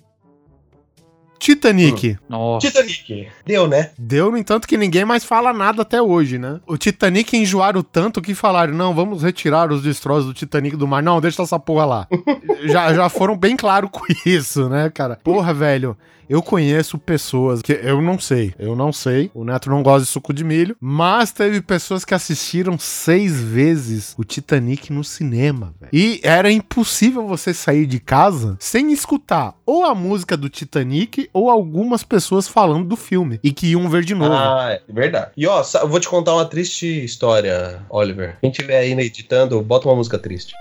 Titanic. Nossa. Titanic. Deu, né? Deu, no entanto, que ninguém mais fala nada até hoje, né? O Titanic enjoaram tanto que falaram, não, vamos retirar os destroços do Titanic do mar. Não, deixa essa porra lá. já, já foram bem claros com isso, né, cara? Porra, velho, eu conheço pessoas que eu não sei, eu não sei, o Neto não gosta de suco de milho, mas teve pessoas que assistiram seis vezes o Titanic no cinema, velho. E era impossível você sair de casa sem escutar ou a música do Titanic ou algumas pessoas falando do filme e que iam ver de novo. Ah, é verdade. E ó, sa- eu vou te contar uma triste história, Oliver. Quem tiver aí né, editando, bota uma música triste.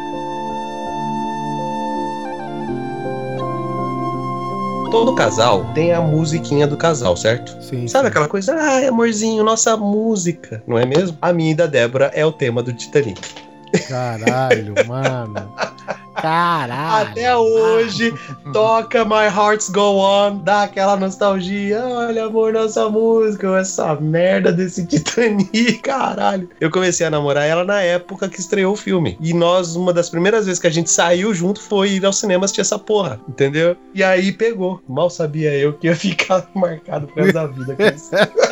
Todo casal tem a musiquinha do casal, certo? Sim, Sabe sim. aquela coisa? Ai, amorzinho, nossa música. Não é mesmo? A minha e da Débora é o tema do Titanic. Caralho, mano. Caralho. Até hoje, toca My Heart's Go On, dá aquela nostalgia. Olha, amor, nossa música, essa merda desse Titanic, caralho. Eu comecei a namorar ela na época que estreou o filme. E nós, uma das primeiras vezes que a gente saiu junto foi ir ao cinema assistir essa porra, entendeu? E aí pegou. Mal sabia eu que ia ficar marcado pro resto da vida com isso.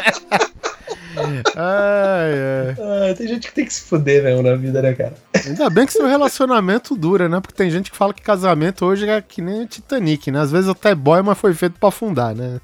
Ai, ai. Ah, tem gente que tem que se fuder mesmo na vida, né, cara? Ainda bem que seu relacionamento dura, né? Porque tem gente que fala que casamento hoje é que nem Titanic, né? Às vezes até boy, mas foi feito pra afundar, né?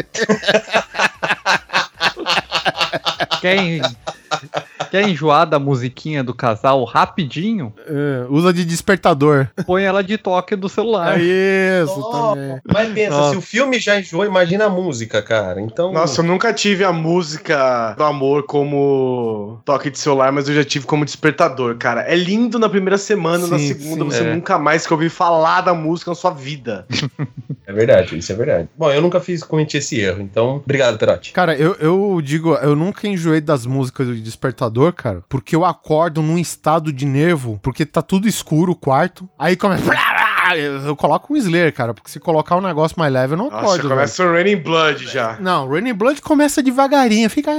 Quer, en- quer enjoar da musiquinha do casal rapidinho? É, usa de despertador. Põe ela de toque do celular. É isso Oh, também. mas pensa, Nossa. se o filme já enjoou, imagina a música, cara. Então. Nossa, eu nunca tive a música do amor como toque de celular, mas eu já tive como despertador, cara. É lindo na primeira semana, na Sim, segunda sim. você É. nunca mais quer ouvir falar da música na sua vida. É verdade, isso é verdade. Bom, eu nunca fiz, cometi esse erro, então, obrigado, Perotti. Cara, eu, eu digo, eu nunca enjoei das músicas do despertador, cara, porque eu acordo num estado de nervo, porque tá tudo escuro o quarto, aí começa... Eu, eu coloco um Slayer, cara, porque se colocar um negócio mais leve eu não Nossa, já acordo, velho. começa o Raining Blood já. Não, Raining Blood começa devagarinho, fica...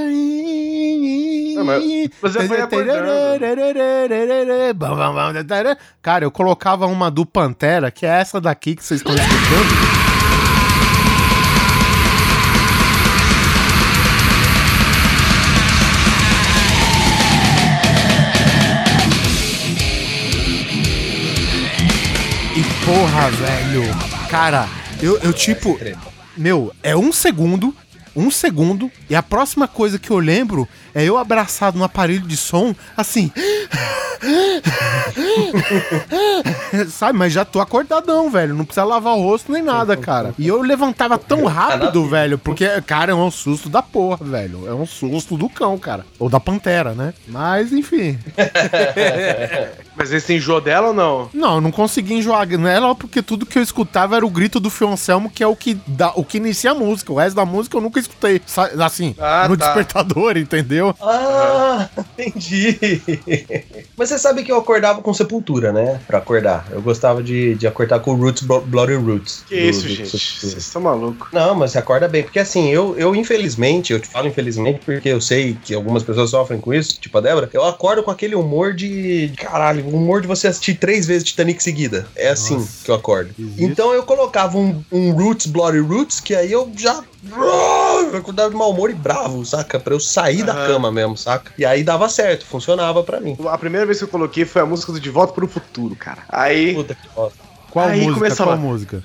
mas você foi acordando. Bam, bam, bam, tarará. Cara, eu colocava uma do Pantera, que é essa daqui que vocês estão escutando. E porra, velho. Cara, eu, eu tipo... Meu, é um segundo, um segundo, e a próxima coisa que eu lembro É eu abraçado no aparelho de som, assim. Sabe, mas já tô acordadão, velho. Não precisa lavar o rosto nem nada, cara. E eu levantava tão rápido, velho, porque, cara, é um susto da porra, velho. É um susto do cão, cara. Ou da pantera, né? Mas, enfim. Mas você enjoou dela ou não? Não, eu não consegui enjoar nela porque tudo que eu escutava era o grito do Fioncelmo, que é o que, dá, o que inicia a música. O resto da música eu nunca escutei. Assim, Ah, no tá. despertador, entendeu? Ah, entendi. Mas você sabe que eu acordava com Sepultura, né? Pra acordar. Eu gostava de, de acordar com Roots, Bloody Roots. Que do- isso, do gente? Sepultura. Vocês estão malucos. Não, mas você acorda bem. Porque assim, eu, eu infelizmente, eu te falo infelizmente porque eu sei que algumas pessoas sofrem com isso, tipo a Débora, eu acordo com aquele humor de... Caralho, o humor de você assistir três vezes Titanic seguida. É assim Nossa, que eu acordo. existe. Então eu colocava um, um Roots, Bloody Roots, que aí eu já... Eu acordava de mau humor e bravo, saca? Pra eu sair da Aham. cama mesmo, saca? E aí dava certo, funcionava pra mim. A primeira vez que eu coloquei foi a música do De Volta pro Futuro, cara. Aí. Puta que bosta. Qual Aí música? começava- Qual música?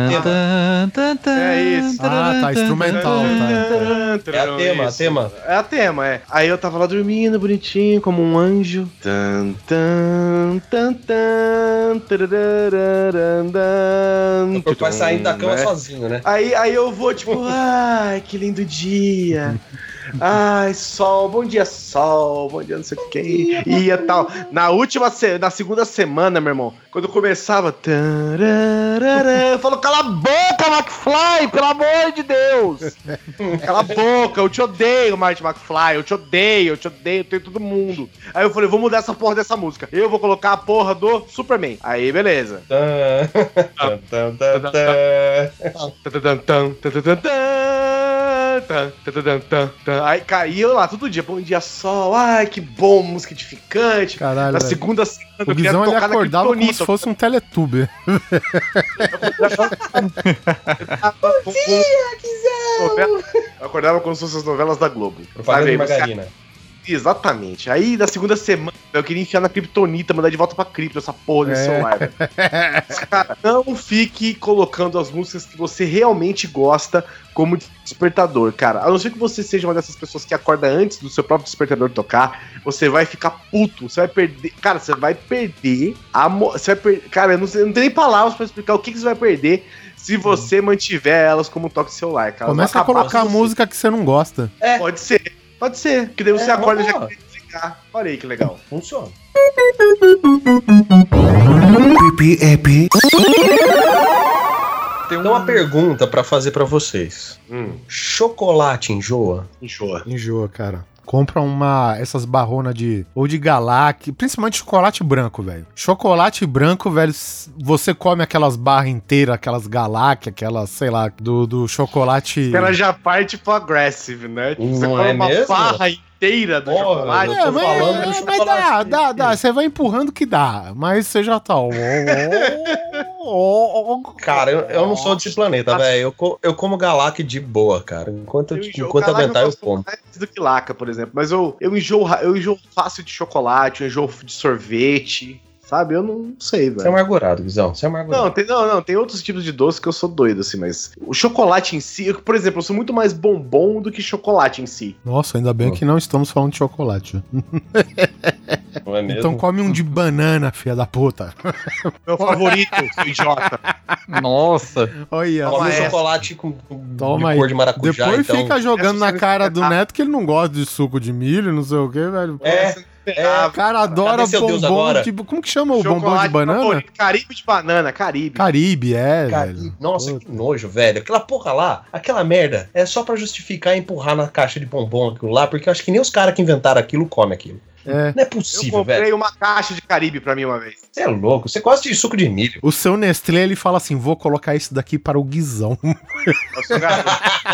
É isso. Ah, tá, instrumental, tá. É a tema, a Isso. tema. É a tema, é. Aí eu tava lá dormindo, bonitinho, como um anjo. Tan, tan, tan, tan, tararararam, dan, Vai tutum, saindo da cama né? sozinho, né? Aí, aí eu vou, tipo, ai, que lindo dia. Ai, sol, bom dia, sol, bom dia, não sei o que. Ia tal. Na última, se- na segunda semana, meu irmão, quando começava. tararara, eu falo, cala a boca, McFly, pelo amor de Deus. Cala a boca, eu te odeio, Marty McFly, eu te odeio, eu te odeio, eu tenho todo mundo. Aí eu falei, vou mudar essa porra dessa música. Eu vou colocar a porra do Superman. Aí, beleza. Tan, tan, tan, tan. Tadadam, tam, tadadam, tam, tam, tadadam, tam, tam. Aí caía lá todo dia, bom dia sol, ai que bom, música edificante. Caralho, Na velho. segunda semana O eu queria Guizão, ele tocar na acordava como se Kryptonita. fosse um teletuber. Bom dia, Eu acordava como se fossem as novelas da Globo. Propaganda Sabe? de margarina. Exatamente. Aí na segunda semana eu queria enfiar na Kryptonita, mandar de volta pra Krypton essa porra desse É. celular, velho. Cara, não fique colocando as músicas que você realmente gosta como despertador, cara. A não ser que você seja uma dessas pessoas que acorda antes do seu próprio despertador tocar, você vai ficar puto, você vai perder. Cara, você vai perder a. mo- Você vai per... Cara, eu não, sei, eu não tenho nem palavras pra explicar o que, que você vai perder se você mantiver elas como toque celular, cara. Começa a Elas vão acabar colocar com você. música que você não gosta. Pode ser, pode ser. Porque daí você É, acorda e já boa. quer desligar. Olha aí que legal. Funciona. Tem Então uma pergunta pra fazer pra vocês. Hum, Chocolate enjoa? enjoa. Enjoa, cara. Compra uma, essas barronas de, ou de Galac, principalmente chocolate branco, velho. Chocolate branco, velho, s- você come aquelas barras inteiras, aquelas Galac, aquelas, sei lá, do, do chocolate... Ela já parte pro aggressive, né? Tipo, você Não come é uma mesmo? barra inteira do Porra, chocolate. eu É, tô mas, falando do é, mas chocolate dá, dá, inteiro. dá. Você vai empurrando que dá, mas você já tá... Cara, eu, eu não sou desse planeta, velho. Eu, co- eu como Galac de boa, cara. Enquanto, Eu eu, enjoo. enquanto Caraca, aguentar, eu gosto como. mais do que laca, por exemplo. Mas eu, eu, enjoo, ra- eu enjoo fácil de chocolate, eu enjoo de sorvete. Sabe? Eu não sei, Você é velho. amargurado, Guizão. Você é amargurado. Não, tem, não, não, tem outros tipos de doce que eu sou doido, assim, mas o chocolate em si, eu, por exemplo, eu sou muito mais bombom do que chocolate em si. Nossa, ainda bem que não estamos falando de chocolate. Não é mesmo? Então come um de banana, filha da puta. Meu favorito, seu idiota. Nossa. Olha, Come um essa. chocolate com, com Toma de cor aí. de maracujá, Depois então. fica jogando na Essa cara você- do Neto que ele não gosta de suco de milho, não sei o que, velho. É, É, O cara adora Cadê seu Deus bombom, agora? tipo, como que chama o bombom de banana? favorito, Caribe de banana, Caribe. Caribe, é, Cara, velho. nossa, Puta. que nojo, velho. Aquela porra lá, aquela merda, é só pra justificar e empurrar na caixa de bombom aquilo lá, porque eu acho que nem os caras que inventaram aquilo comem aquilo. É. Não é Eu possível, comprei velho. uma caixa de Caribe pra mim uma vez. Você é louco. Você gosta de suco de milho. O seu Nestlé, ele fala assim, vou colocar isso daqui para o Guizão. Eu sou garoto.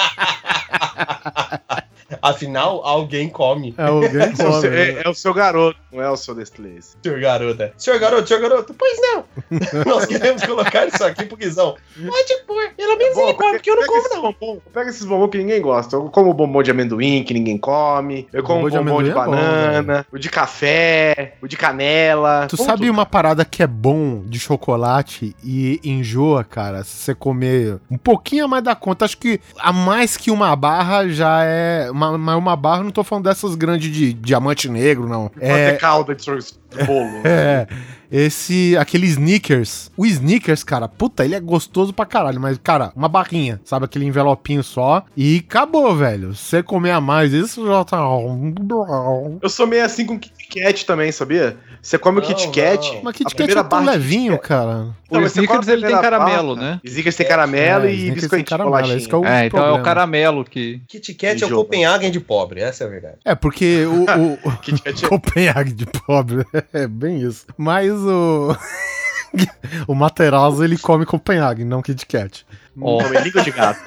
Afinal, alguém come. É o É o seu- come, né? é, é o seu garoto, não é o seu Nestlé. Senhor garota. Senhor garoto, senhor garoto. Pois não. Nós queremos colocar isso aqui pro Guizão. Pode pôr. Pelo menos ele come, porque eu não pega como, esses não. bombom, pega esses bombom que ninguém gosta. Eu como bombom de amendoim que ninguém come. Eu como Bombom de bombom de, amendoim é bom, banana, o de café, o de canela. Tu como sabe tudo. uma parada que é bom de chocolate e enjoa, cara? Se você comer um pouquinho a mais da conta, acho que a mais que uma barra já é... Uma, mas uma barra, eu não tô falando dessas grandes de diamante negro, não. Pode É, ter calda de sor- de bolo. é, esse, aquele Snickers. O Snickers, cara, puta, ele é gostoso pra caralho, mas, cara, uma barrinha, sabe? Aquele envelopinho só e acabou, velho. Se você comer a mais, isso já tá... Eu sou meio assim com Kit Kat também, sabia? Você come Não, o Kit Kat. não. Mas a Kit Kat primeira é tão barra de levinho, Kit Kat- cara. Não, O mas você come Snickers a ele tem primeira caramelo, barra, né? Snickers tem caramelo É, e Snickers biscoito tem de caramelo, bolachinha. esse que é o É, então é o problema. caramelo que... Kit Kat é o Enjoa. Copenhagen de pobre, essa é a verdade. É, porque o... o... Kit Kat é... Copenhague de pobre, é bem isso. Mas o... o Materazzo, ele come Copenhague, não Kit Kat. Ó, Come língua de gato.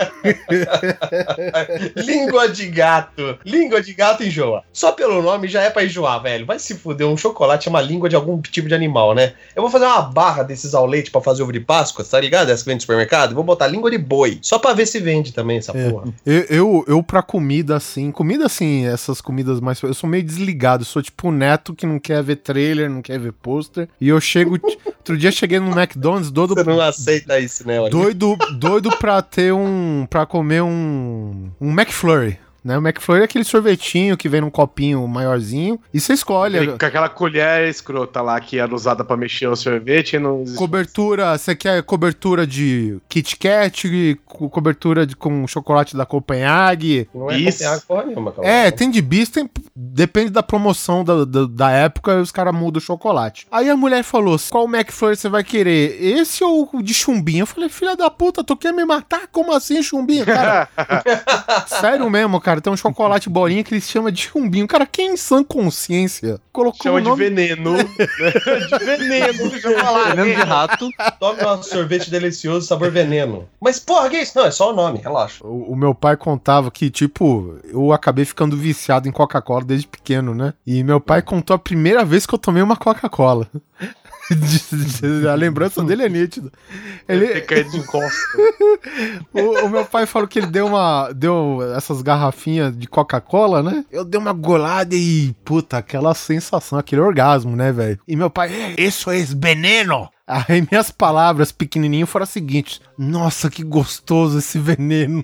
Língua de gato. Língua de gato enjoa. Só pelo nome já é pra enjoar, velho. Vai se fuder, um chocolate é uma língua de algum tipo de animal, né? Eu vou fazer uma barra desses ao leite pra fazer ovo de Páscoa, tá ligado? Essa que vem no supermercado. Vou botar língua de boi. Só pra ver se vende também essa É. porra. Eu, eu, eu, pra comida assim, comida assim, essas comidas mais. Eu sou meio desligado. Eu sou tipo o neto que não quer ver trailer, não quer ver pôster. E eu chego. Outro dia cheguei no McDonald's, doido. Você não aceita isso, né? Olha. Doido, doido pra ter um. Pra comer um. Um McFlurry. Né? O McFlurry é aquele sorvetinho que vem num copinho maiorzinho. E você escolhe. Ele- Com aquela colher escrota lá que era usada pra mexer o sorvete e não existe. Cobertura, você quer cobertura de Kit Kat, co- cobertura de, com chocolate da Copenhague. Não é Isso. Copenhagen porra nenhuma, cara. É, tem de bis, tem, depende da promoção da, da, da época, os caras mudam o chocolate. Aí a mulher falou, qual McFlurry você vai querer? Esse ou o de chumbinho? Eu falei, filha da puta, tu quer me matar? Como assim chumbinho? Cara, sério mesmo, cara, tem um chocolate bolinha que eles chamam de chumbinho. Cara, quem em sã consciência colocou Chama o de nome... veneno. de veneno, deixa eu falar. veneno de rato. Tome um sorvete delicioso, sabor veneno. Mas porra, que é isso? Não, é só o nome, relaxa. O, o meu pai contava que, tipo, eu acabei ficando viciado em Coca-Cola desde pequeno, né? E meu pai contou a primeira vez que eu tomei uma Coca-Cola. A lembrança dele é nítida. Ele Ele, tem caído de encosta. o, o meu pai falou que ele deu uma. Deu essas garrafinhas de Coca-Cola, né? Eu dei uma golada e. Puta, aquela sensação, aquele orgasmo, né, velho? E meu pai, isso é veneno! Aí minhas palavras pequenininho foram as seguintes: nossa, que gostoso esse veneno.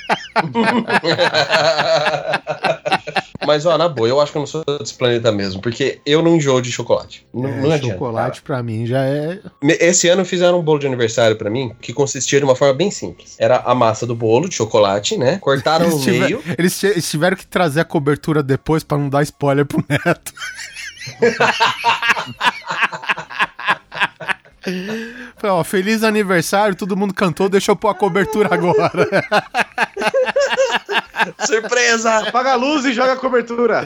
Mas, ó, na boa, eu acho que eu não sou desse planeta mesmo, porque eu não enjoo de chocolate. Não, É, não adianta, chocolate pra mim já é. cara. Esse ano fizeram um bolo de aniversário pra mim que consistia de uma forma bem simples. Era a massa do bolo de chocolate, né? Cortaram Eles, no tiver- meio. eles ti- eles tiveram que trazer a cobertura depois pra não dar spoiler pro neto. Falei, ó, feliz aniversário, todo mundo cantou, deixa eu pôr a cobertura agora. Surpresa! Apaga a luz e joga a cobertura.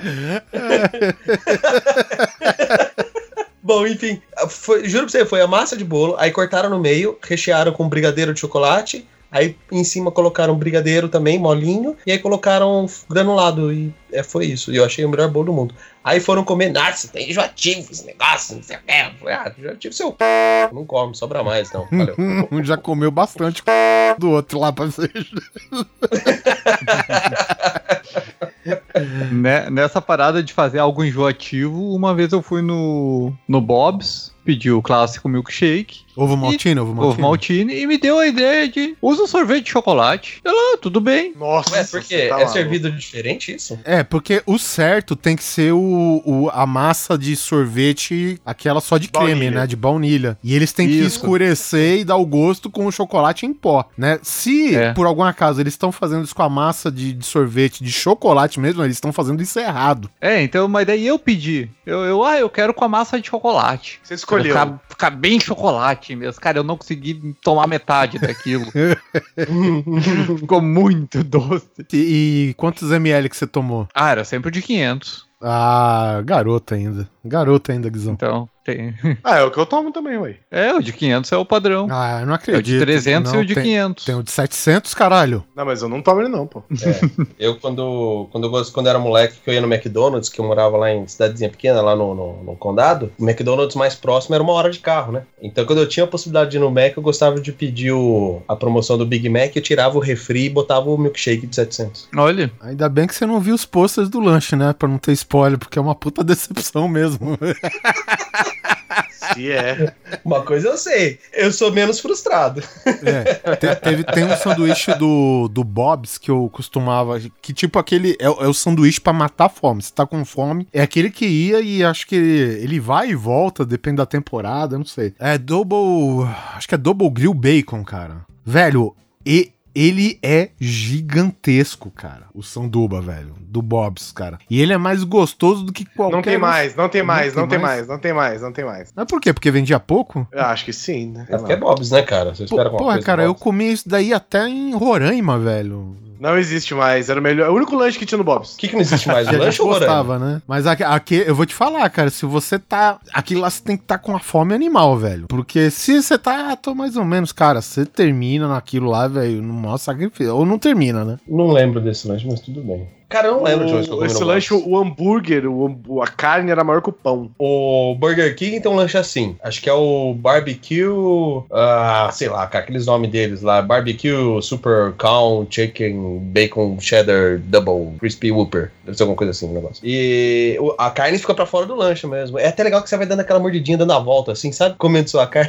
Bom, enfim, foi- juro pra você, foi a massa de bolo, aí cortaram no meio, rechearam com brigadeiro de chocolate, aí em cima colocaram brigadeiro também, molinho, e aí colocaram granulado, e é, foi isso. E eu achei o melhor bolo do mundo. Aí foram comer, nossa, tem enjoativo esse negócio, não sei o que. Eu falei, ah, enjoativo seu p. Não come, sobra mais, não. Valeu. Um já comeu bastante do outro lá pra vocês. Né, nessa parada de fazer algo enjoativo, uma vez eu fui no, no Bob's, pedi o clássico milkshake, Ovo maltine, ovo maltine. ovo maltine, e me deu a ideia de usa um sorvete de chocolate. Eu, ah, tudo bem. Nossa, Ué, por quê? você tá É maluco. servido diferente isso? É, porque o certo tem que ser o, o- a massa de sorvete, aquela só de creme, Baunilha. né? De baunilha. E eles têm que Isso. escurecer e dar o gosto com o chocolate em pó, né? Se, É. por algum acaso, eles estão fazendo isso com a massa de, de sorvete de chocolate mesmo, eles estão fazendo isso errado. É, então, mas daí eu pedi. Eu, eu, ah, eu quero com a massa de chocolate. Você escolheu. Ficar, ficar bem chocolate mesmo. Cara, eu não consegui tomar metade daquilo. Ficou muito doce. E, e quantos ml que você tomou? Ah, era sempre o de quinhentos. Ah, garota ainda. Garota ainda, Guizão. Então, tem. Ah, é o que eu tomo também, ué. É, o de quinhentos é o padrão. Ah, eu não É o acredito. de trezentos Não, e o de tem, quinhentos. Tem o de setecentos, caralho. Não, mas eu não tomo ele não, pô. Eu, quando, quando, eu, gost- quando eu era moleque, que eu ia no McDonald's, que eu morava lá em cidadezinha pequena, lá no, no, no condado, o McDonald's mais próximo era uma hora de carro, né? Então, quando eu tinha a possibilidade de ir no Mac, eu gostava de pedir o, a promoção do Big Mac, eu tirava o refri e botava o milkshake de setecentos. Olha, Ainda bem que você não viu os posters do lanche, né? Pra não ter spoiler, porque é uma puta decepção mesmo. Se é. Uma coisa eu sei, eu sou menos frustrado. É, te- teve, tem um sanduíche do, do Bob's que eu costumava. Que tipo aquele. É, o- é o sanduíche pra matar a fome. Você tá com fome. É aquele que ia e acho que ele, ele vai e volta, depende da temporada, não sei. É Double. Acho que é Double Grill Bacon, cara. Velho, e. Ele é gigantesco, cara. O sanduba, velho. Do Bob's, cara. E ele é mais gostoso do que qualquer... Não tem mais, não tem mais, Não não tem tem mais? mais, não tem mais, não tem mais. Mas por quê? Porque vendia pouco? Eu acho que sim, né? É porque é Bob's, né, cara? Você Pô, espera alguma porra, coisa cara, do eu Bob's? comi isso daí até em Roraima, velho. Não existe mais, era o melhor. É o único lanche que tinha no Bob's. O que que não existe mais? Que O a lanche gente ou Roraima? gostava, né? Mas aqui, aqui, eu vou te falar, cara, se você tá... Aqui lá você tem que estar com a fome animal, velho. Porque se você tá, ah, tô mais ou menos, cara, você termina naquilo lá, velho, no maior sacrifício. Ou não termina, né? Não lembro desse lanche, mas tudo bem. Cara, eu não lembro de onde eu O- comi Esse no lanche, Bob's. o hambúrguer, o hambú- a carne era maior que o pão. O Burger King tem um lanche assim. Acho que é o barbecue. Ah, sei lá, cara, aqueles nomes deles lá. Barbecue, Super Count, Chicken, Bacon, Cheddar, Double, Crispy Whopper. Deve ser alguma coisa assim o negócio. E o- a carne fica pra fora do lanche mesmo. É até legal que você vai dando aquela mordidinha, dando a volta, assim, sabe? Comendo sua carne.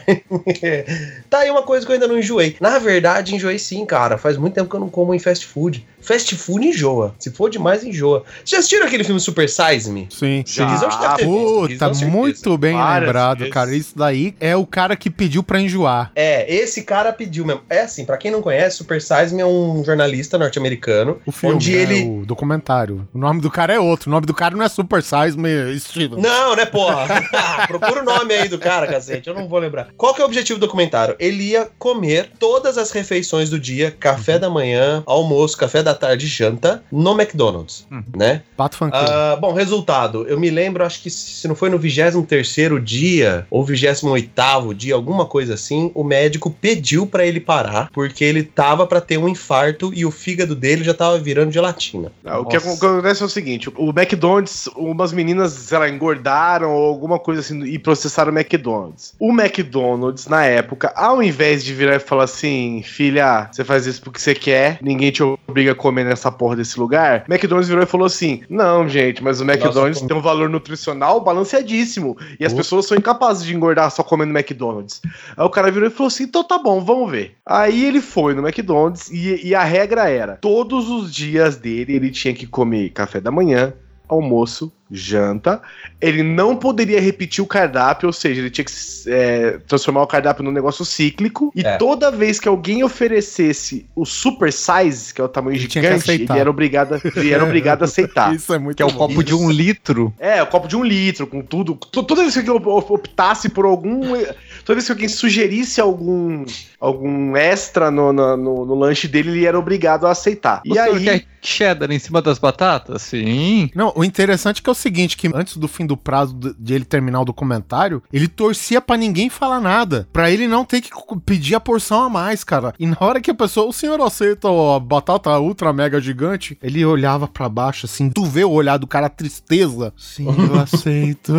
Tá aí uma coisa que eu ainda não enjoei. Na verdade, enjoei sim, cara. Faz muito tempo que eu não como em fast food. Fast food enjoa. Se for demais, enjoa. Vocês já assistiram aquele filme Super Size Me? Sim. Já. Guizão já deve ter visto, Puta, Guizão, certeza. muito bem Várias lembrado, vezes. cara. Isso daí é o cara que pediu pra enjoar. É, esse cara pediu mesmo. É assim, pra quem não conhece, Super Size Me é um jornalista norte-americano. O filme, onde né, ele... o documentário. O nome do cara é outro. O nome do cara não é Super Size Me Steven. Não, né, porra? Procura o nome aí do cara, cacete. Eu não vou lembrar. Qual que é o objetivo do documentário? Ele ia comer todas as refeições do dia, café da manhã, almoço, café da tarde, janta, no McDonald's, né? Pato funkeiro. Ah, bom, resultado. Eu me lembro, acho que se não foi no vigésimo terceiro dia ou vigésimo oitavo dia, alguma coisa assim, o médico pediu pra ele parar porque ele tava pra ter um infarto e o fígado dele já tava virando gelatina. Ah, O que Nossa. acontece é o seguinte: o McDonald's, umas meninas, sei lá, engordaram ou alguma coisa assim e processaram o McDonald's. O McDonald's, na época, ao invés de virar e falar assim, filha, você faz isso porque você quer, ninguém te obriga a comer nessa porra desse lugar, o McDonald's virou e falou assim: não, gente, mas o McDonald's Nossa, tem um valor nutricional balanceadíssimo e as Pô. pessoas são incapazes de engordar só comendo McDonald's. Aí o cara virou e falou assim: então tá bom, vamos ver. Aí ele foi no McDonald's e, e a regra era: todos os dias dele ele tinha que comer café da manhã, almoço, janta. Ele não poderia repetir o cardápio, ou seja, ele tinha que é, transformar o cardápio num negócio cíclico. E É. toda vez que alguém oferecesse o super size, que é o tamanho Ele tinha que gigante, aceitar. ele era obrigado, a- ele era obrigado a aceitar. Isso é muito Que é o bom. copo de um litro. É, o copo de um litro, com tudo. T- Toda vez que alguém op- optasse por algum. Toda vez que alguém sugerisse algum, algum extra no, na- no, no lanche dele, ele era obrigado a aceitar. E O senhor aí. quer cheddar em cima das batatas? Sim. Não, o interessante é que é o seguinte, que antes do fim do prazo de de ele terminar o documentário, ele torcia pra ninguém falar nada, pra ele não ter que co- pedir a porção a mais, cara. E na hora que a pessoa, o senhor aceita a batata ultra mega gigante, ele olhava pra baixo assim, tu vê o olhar do cara, a tristeza. Sim, eu aceito.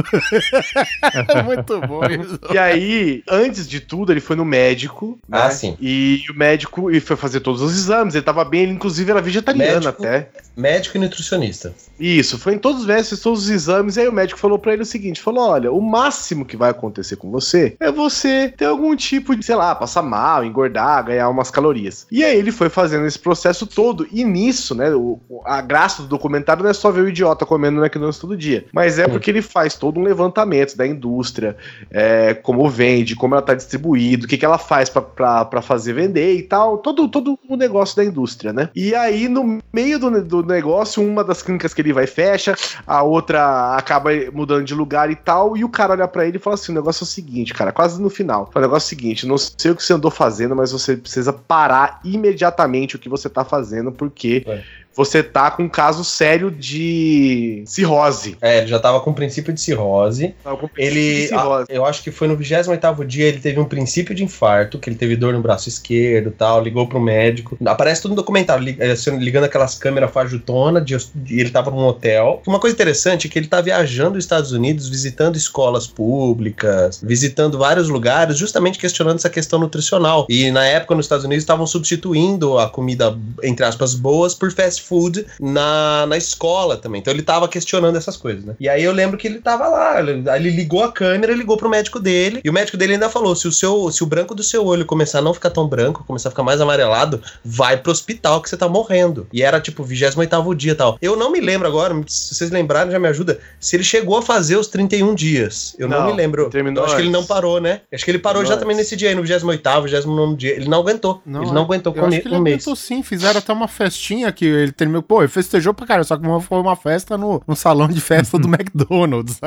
É muito bom isso. E aí, antes de tudo, ele foi no médico. né? Ah, sim. E o médico e foi fazer todos os exames. Ele tava bem, ele inclusive era vegetariano Médico. até. Médico e nutricionista. Isso, foi em todos os médicos, fez todos os exames. E aí o médico falou pra ele o seguinte: falou, olha, o máximo que vai acontecer com você é você ter algum tipo de, sei lá, passar mal, engordar, ganhar umas calorias. E aí ele foi fazendo esse processo todo. E nisso, né, o, a graça do documentário não é só ver o idiota comendo no McDonald's todo dia, mas é porque ele faz todo um levantamento da indústria, é, como vende, como ela tá distribuída, o que, que ela faz pra, pra, pra fazer vender e tal, todo, todo o negócio da indústria, né? E aí, no meio do, do negócio, uma das clínicas que ele vai fecha, a outra acaba mudando de lugar e tal, e o cara olha pra ele e fala assim: o negócio é o seguinte, cara, quase no final, o negócio é o seguinte, não sei o que você andou fazendo, mas você precisa parar imediatamente o que você tá fazendo, porque É. você tá com um caso sério de cirrose. É, ele já tava com princípio de cirrose. Tava com Ele, de cirrose. a- eu acho que foi no vigésimo oitavo dia, ele teve um princípio de infarto, que ele teve dor no braço esquerdo e tal, ligou pro médico. Aparece tudo no documentário, li- eh, sendo- ligando aquelas câmeras fajutonas, de, de- ele tava num hotel. Uma coisa interessante é que ele tá viajando os Estados Unidos, visitando escolas públicas, visitando vários lugares, justamente questionando essa questão nutricional. E na época, nos Estados Unidos, estavam substituindo a comida, entre aspas, boas por fast food na, na escola também. Então ele tava questionando essas coisas, né? E aí eu lembro que ele tava lá, ele, ele ligou a câmera, ligou pro médico dele, e o médico dele ainda falou, se o, seu, se o branco do seu olho começar a não ficar tão branco, começar a ficar mais amarelado, vai pro hospital que você tá morrendo. E era tipo vigésimo oitavo dia e tal. Eu não me lembro agora, se vocês lembrarem já me ajuda, se ele chegou a fazer os trinta e um dias. Eu não, não me lembro. Terminou eu acho antes. que ele não parou, né? Acho que ele parou Terminou já também nesse dia aí, no vigésimo oitavo, vigésimo nono dia. Ele não aguentou. Não, ele não aguentou eu com acho que ele um mês. aguentou sim, fizeram até uma festinha que ele terminou. Pô, ele festejou pra caralho, só que foi uma festa no, no salão de festa do McDonald's.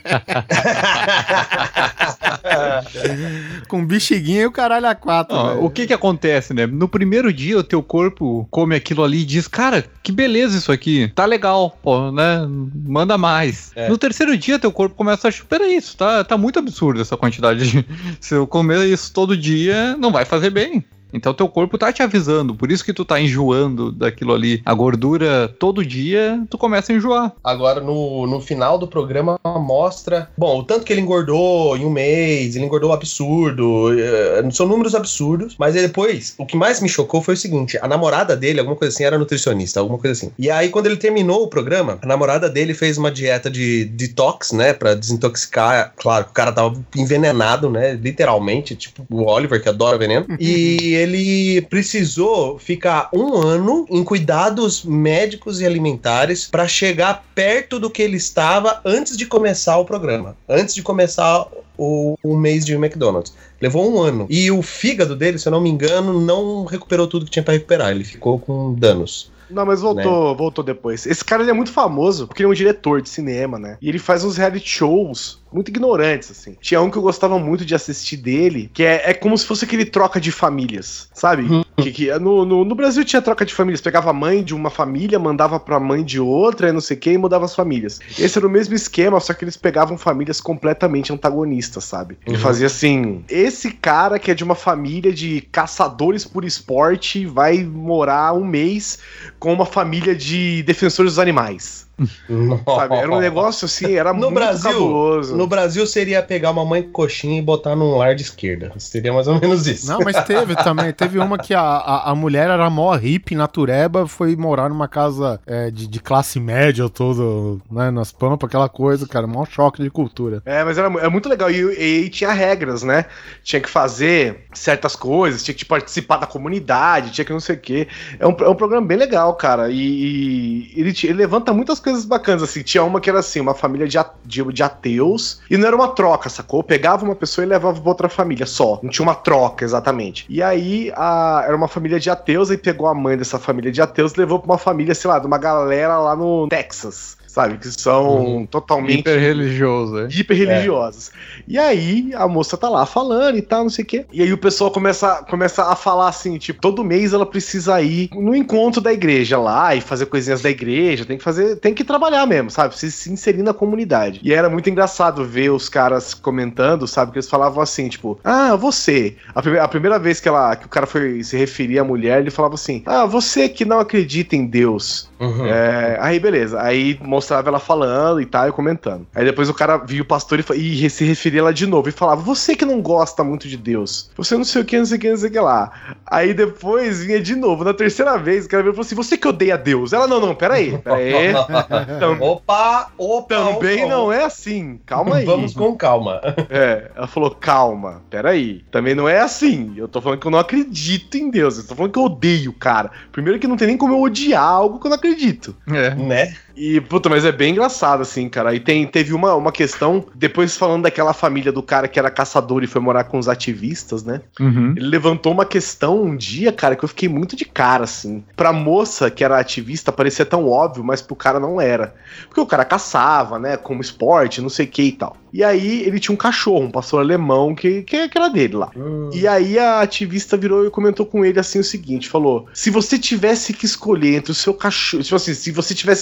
Com bexiguinha e o caralho a quatro. Ó, o que que acontece, né? No primeiro dia, o teu corpo come aquilo ali e diz, cara, que beleza isso aqui, tá legal, pô, né? Manda mais. É. No terceiro dia, teu corpo começa a achar, peraí, isso tá, tá muito absurdo essa quantidade de... Se eu comer isso todo dia, não vai fazer bem. Então teu corpo tá te avisando, por isso que tu tá enjoando daquilo ali. A gordura, todo dia, tu começa a enjoar. Agora, no, no final do programa, mostra... Bom, o tanto que ele engordou em um mês, ele engordou absurdo, uh, são números absurdos, mas depois, o que mais me chocou foi o seguinte, a namorada dele, alguma coisa assim, era nutricionista, alguma coisa assim. E aí, quando ele terminou o programa, a namorada dele fez uma dieta de detox, né, pra desintoxicar. Claro, o cara tava envenenado, né, literalmente, tipo o Oliver, que adora veneno. E ele precisou ficar um ano em cuidados médicos e alimentares para chegar perto do que ele estava antes de começar o programa. Antes de começar o, o mês de McDonald's. Levou um ano. E o fígado dele, se eu não me engano, não recuperou tudo que tinha para recuperar. Ele ficou com danos. Não, mas voltou, né? voltou depois. Esse cara, ele é muito famoso porque ele é um diretor de cinema, né? E ele faz uns reality shows muito ignorantes, assim. Tinha um que eu gostava muito de assistir dele, que é, é como se fosse aquele troca de famílias, sabe? Uhum. Que, que no, no, no Brasil tinha troca de famílias. Pegava a mãe de uma família, mandava pra mãe de outra, e não sei o que, e mudava as famílias. Esse era o mesmo esquema, só que eles pegavam famílias completamente antagonistas, sabe? Ele uhum. fazia assim, esse cara que é de uma família de caçadores por esporte vai morar um mês com uma família de defensores dos animais. Sabe? Era um negócio assim, era no muito Brasil, cabuloso. No Brasil seria pegar uma mãe coxinha e botar num lar de esquerda. Seria mais ou menos isso. Não, mas teve também. Teve uma que a, a, a mulher era mó hippie, natureba, foi morar numa casa é, de, de classe média todo, né, nas pampas, aquela coisa, cara, mó choque de cultura. É, mas era é muito legal. E, e, e tinha regras, né? Tinha que fazer certas coisas, tinha que participar da comunidade, tinha que não sei o quê. É um, é um programa bem legal, cara. E, e ele, ele levanta muitas coisas bacanas, assim. Tinha uma que era assim, uma família de, de, de ateus, e não era uma troca, sacou? Pegava uma pessoa e levava pra outra família só. Não tinha uma troca, exatamente. E aí, a, era uma família de ateus, e pegou a mãe dessa família de ateus e levou pra uma família, sei lá, de uma galera lá no Texas. Sabe, que são uhum. totalmente... Hiper religiosos, é? Hiper religiosos. É. E aí, a moça tá lá falando e tal, não sei o quê. E aí o pessoal começa, começa a falar assim, tipo, todo mês ela precisa ir no encontro da igreja lá e fazer coisinhas da igreja, tem que fazer, tem que trabalhar mesmo, sabe? Se, se inserir na comunidade. E era muito engraçado ver os caras comentando, sabe? Que eles falavam assim, tipo, ah, você. A, prime- a primeira vez que, ela, que o cara foi se referir à mulher, ele falava assim, ah, você que não acredita em Deus. Uhum. É, aí, beleza. Aí mostrava ela falando e tal, e comentando. Aí depois o cara via o pastor e, e se referia ela de novo e falava, você que não gosta muito de Deus, você não sei o que, não sei o que, não sei o que lá. Aí depois vinha de novo, na terceira vez, o cara veio e falou assim, você que odeia Deus. Ela, não, não, peraí, peraí. Tam, opa, opa, Também opa, não é assim, calma aí. Vamos com calma. É, ela falou, calma, peraí, também não é assim. Eu tô falando que eu não acredito em Deus, eu tô falando que eu odeio, cara. Primeiro que não tem nem como eu odiar algo que eu não acredito. É. Né? E, puta, mas é bem engraçado, assim, cara. E tem, teve uma, uma questão, depois falando daquela família do cara que era caçador e foi morar com os ativistas, né? Uhum. Ele levantou uma questão um dia, cara, que eu fiquei muito de cara, assim. Pra moça que era ativista parecia tão óbvio, mas pro cara não era. Porque o cara caçava, né, como esporte, não sei o que e tal. E aí ele tinha um cachorro, um pastor alemão, que, que era dele lá. Uhum. E aí a ativista virou e comentou com ele assim o seguinte, falou, se você tivesse que escolher entre o seu cachorro, tipo assim, se você tivesse que dar a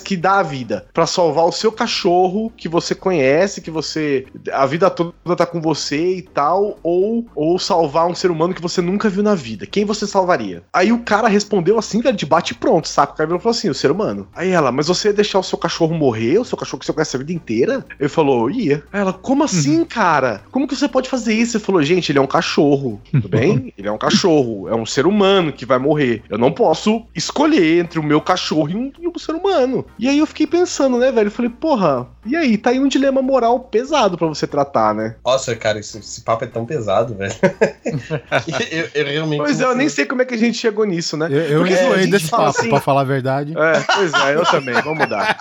vida? Pra salvar o seu cachorro que você conhece, que você a vida toda tá com você e tal, ou, ou salvar um ser humano que você nunca viu na vida? Quem você salvaria? Aí o cara respondeu assim, velho, de bate pronto, saco? O cara falou assim, o ser humano. Aí ela, mas você ia deixar o seu cachorro morrer? O seu cachorro que você conhece a vida inteira? Ele falou, ia. Aí ela, como assim, uhum. cara? Como que você pode fazer isso? Ele falou, gente, ele é um cachorro, tudo bem? Ele é um cachorro, é um ser humano que vai morrer. Eu não posso escolher entre o meu cachorro e um, e um ser humano. E aí eu fiquei pensando, né, velho? Eu falei, porra, e aí? Tá aí um dilema moral pesado pra você tratar, né? Nossa, cara, esse, esse papo é tão pesado, velho. eu, eu realmente... Pois é, eu nem sei como é que a gente chegou nisso, né? Eu, eu enjoei desse papo, assim, pra falar a verdade. É, pois é, eu também, vamos mudar.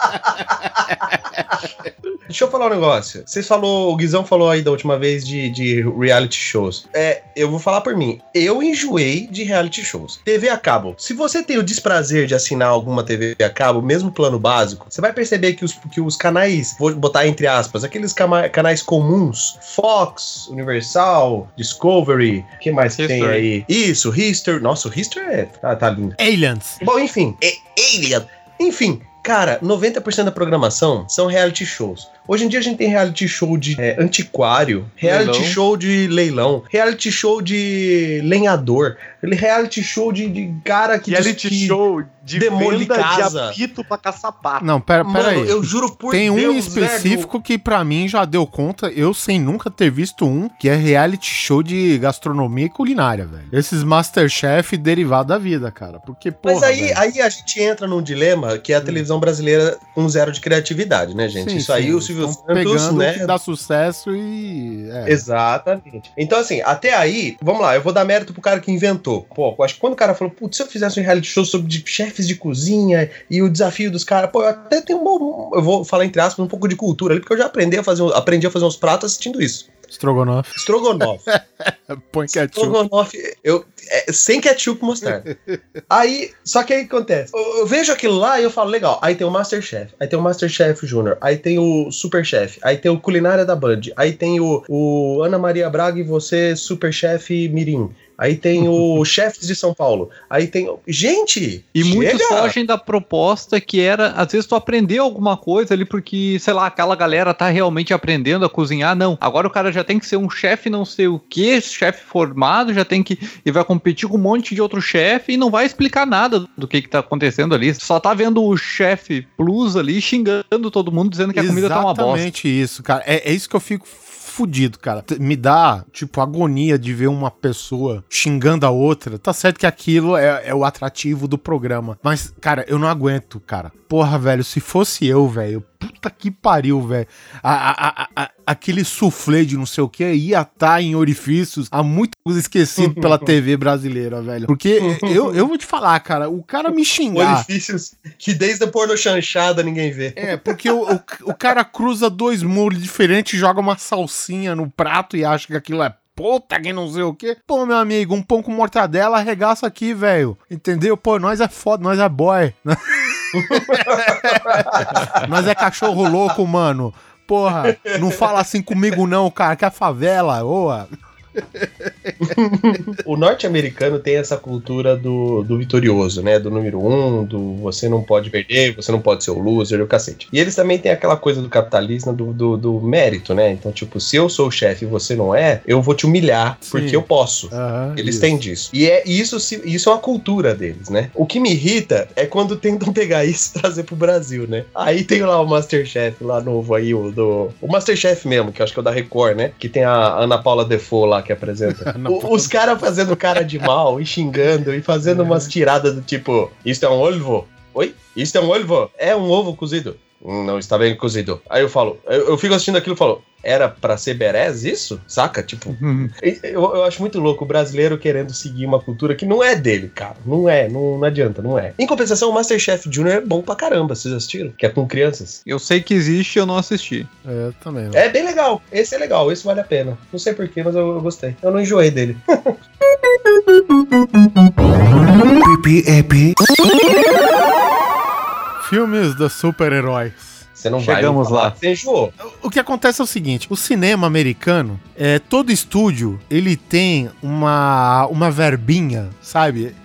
Deixa eu falar um negócio. Vocês falou, o Guizão falou aí da última vez de, de reality shows. É, eu vou falar por mim. Eu enjoei de reality shows. T V a cabo. Se você tem o desprazer de assinar alguma T V a cabo, mesmo plano básico, você vai perceber que os, que os canais, vou botar entre aspas, aqueles cama, canais comuns, Fox, Universal, Discovery, o que mais History. Tem aí? Isso, History. Nossa, o History é... Ah, tá lindo. Aliens. Bom, enfim. É Alien. Enfim. Cara, noventa por cento da programação são reality shows. Hoje em dia a gente tem reality show de é, antiquário, reality leilão. show de leilão, reality show de lenhador, reality show de, de cara que... Reality que show de demole casa. De apito pra caçar pato. Não, pera, pera Mano, aí. eu juro por tem Deus, um específico velho. Que pra mim já deu conta, eu sem nunca ter visto um, que é reality show de gastronomia e culinária, velho. Esses Masterchef derivado da vida, cara. Porque, porra, Mas aí, aí a gente entra num dilema que é a hum. televisão brasileira com zero de criatividade, né, gente? Sim, Isso sim. aí o Silvio Santos, pegando né? O que dá sucesso e... É. Exatamente. Então, assim, até aí, vamos lá, eu vou dar mérito pro cara que inventou. Pô, eu acho que quando o cara falou, putz, se eu fizesse um reality show sobre de chefes de cozinha e o desafio dos caras, pô, eu até tenho um bom, eu vou falar entre aspas, um pouco de cultura ali, porque eu já aprendi a fazer, aprendi a fazer uns pratos assistindo isso. Strogonoff. Strogonoff. Põe ketchup. Strogonoff, eu, é, sem ketchup mostarda. Aí, só que aí o que acontece? Eu, eu vejo aquilo lá e eu falo, legal, aí tem o Masterchef, aí tem o Masterchef Júnior, aí tem o Superchef, aí tem o Culinária da Band, aí tem o, o Ana Maria Braga e você, Superchef Mirim. Aí tem o Chefes de São Paulo. Aí tem... Gente! E chega! muitos fogem da proposta que era, às vezes, tu aprender alguma coisa ali porque, sei lá, aquela galera tá realmente aprendendo a cozinhar. Não. Agora o cara já tem que ser um chefe não sei o que, chefe formado, já tem que... E vai competir com um monte de outro chefe e não vai explicar nada do que que tá acontecendo ali. Só tá vendo o chefe plus ali xingando todo mundo, dizendo que a comida tá uma bosta. Exatamente isso, cara. É, é isso que eu fico... fudido, cara. Me dá, tipo, agonia de ver uma pessoa xingando a outra. Tá certo que aquilo é, é o atrativo do programa. Mas, cara, eu não aguento, cara. Porra, velho, se fosse eu, velho, puta que pariu, velho. A, a, a, aquele soufflé de não sei o que ia estar em orifícios há muito esquecido pela T V brasileira, velho. Porque eu, eu vou te falar, cara, o cara me xingar... Orifícios que desde a porno chanchada ninguém vê. É, porque o, o, o cara cruza dois molhos diferentes, joga uma salsinha no prato e acha que aquilo é puta que não sei o quê. Pô, meu amigo, um pão com mortadela, arregaça aqui, velho. Entendeu? Pô, nós é foda, nós é boy. Nós é cachorro louco, mano. Porra, não fala assim comigo não, cara, que é a favela, oa. O norte-americano tem essa cultura do, do vitorioso, né? Do número um, do você não pode perder, você não pode ser o loser, o cacete. E eles também têm aquela coisa do capitalismo, do, do, do mérito, né? Então, tipo, se eu sou o chefe e você não é, eu vou te humilhar, Sim. porque eu posso. Uhum, eles isso. têm disso. E é, isso, isso é uma cultura deles, né? O que me irrita é quando tentam pegar isso e trazer pro Brasil, né? Aí tem lá o Masterchef, lá novo aí, o do... O Masterchef mesmo, que eu acho que é o da Record, né? Que tem a Ana Paula Defoe lá, que apresenta. o, os caras fazendo cara de mal e xingando e fazendo umas tiradas do tipo, isto é um ovo? Oi? Isto é um ovo? É um ovo cozido. Não está bem cozido. Aí eu falo, eu, eu fico assistindo aquilo e falo, era pra ser berés isso? Saca? Tipo, uhum. eu, eu acho muito louco o brasileiro querendo seguir uma cultura que não é dele, cara. Não é, não, não adianta, não é. Em compensação, o Masterchef Júnior é bom pra caramba, vocês assistiram? Que é com crianças. Eu sei que existe, eu não assisti. É, eu também. É bem legal, esse é legal, esse vale a pena. Não sei porquê, mas eu, eu gostei. Eu não enjoei dele. Filmes dos super-heróis. Você não Chegamos vai lá. Você enjoou. O que acontece é o seguinte, o cinema americano, é, todo estúdio, ele tem uma, uma verbinha, sabe?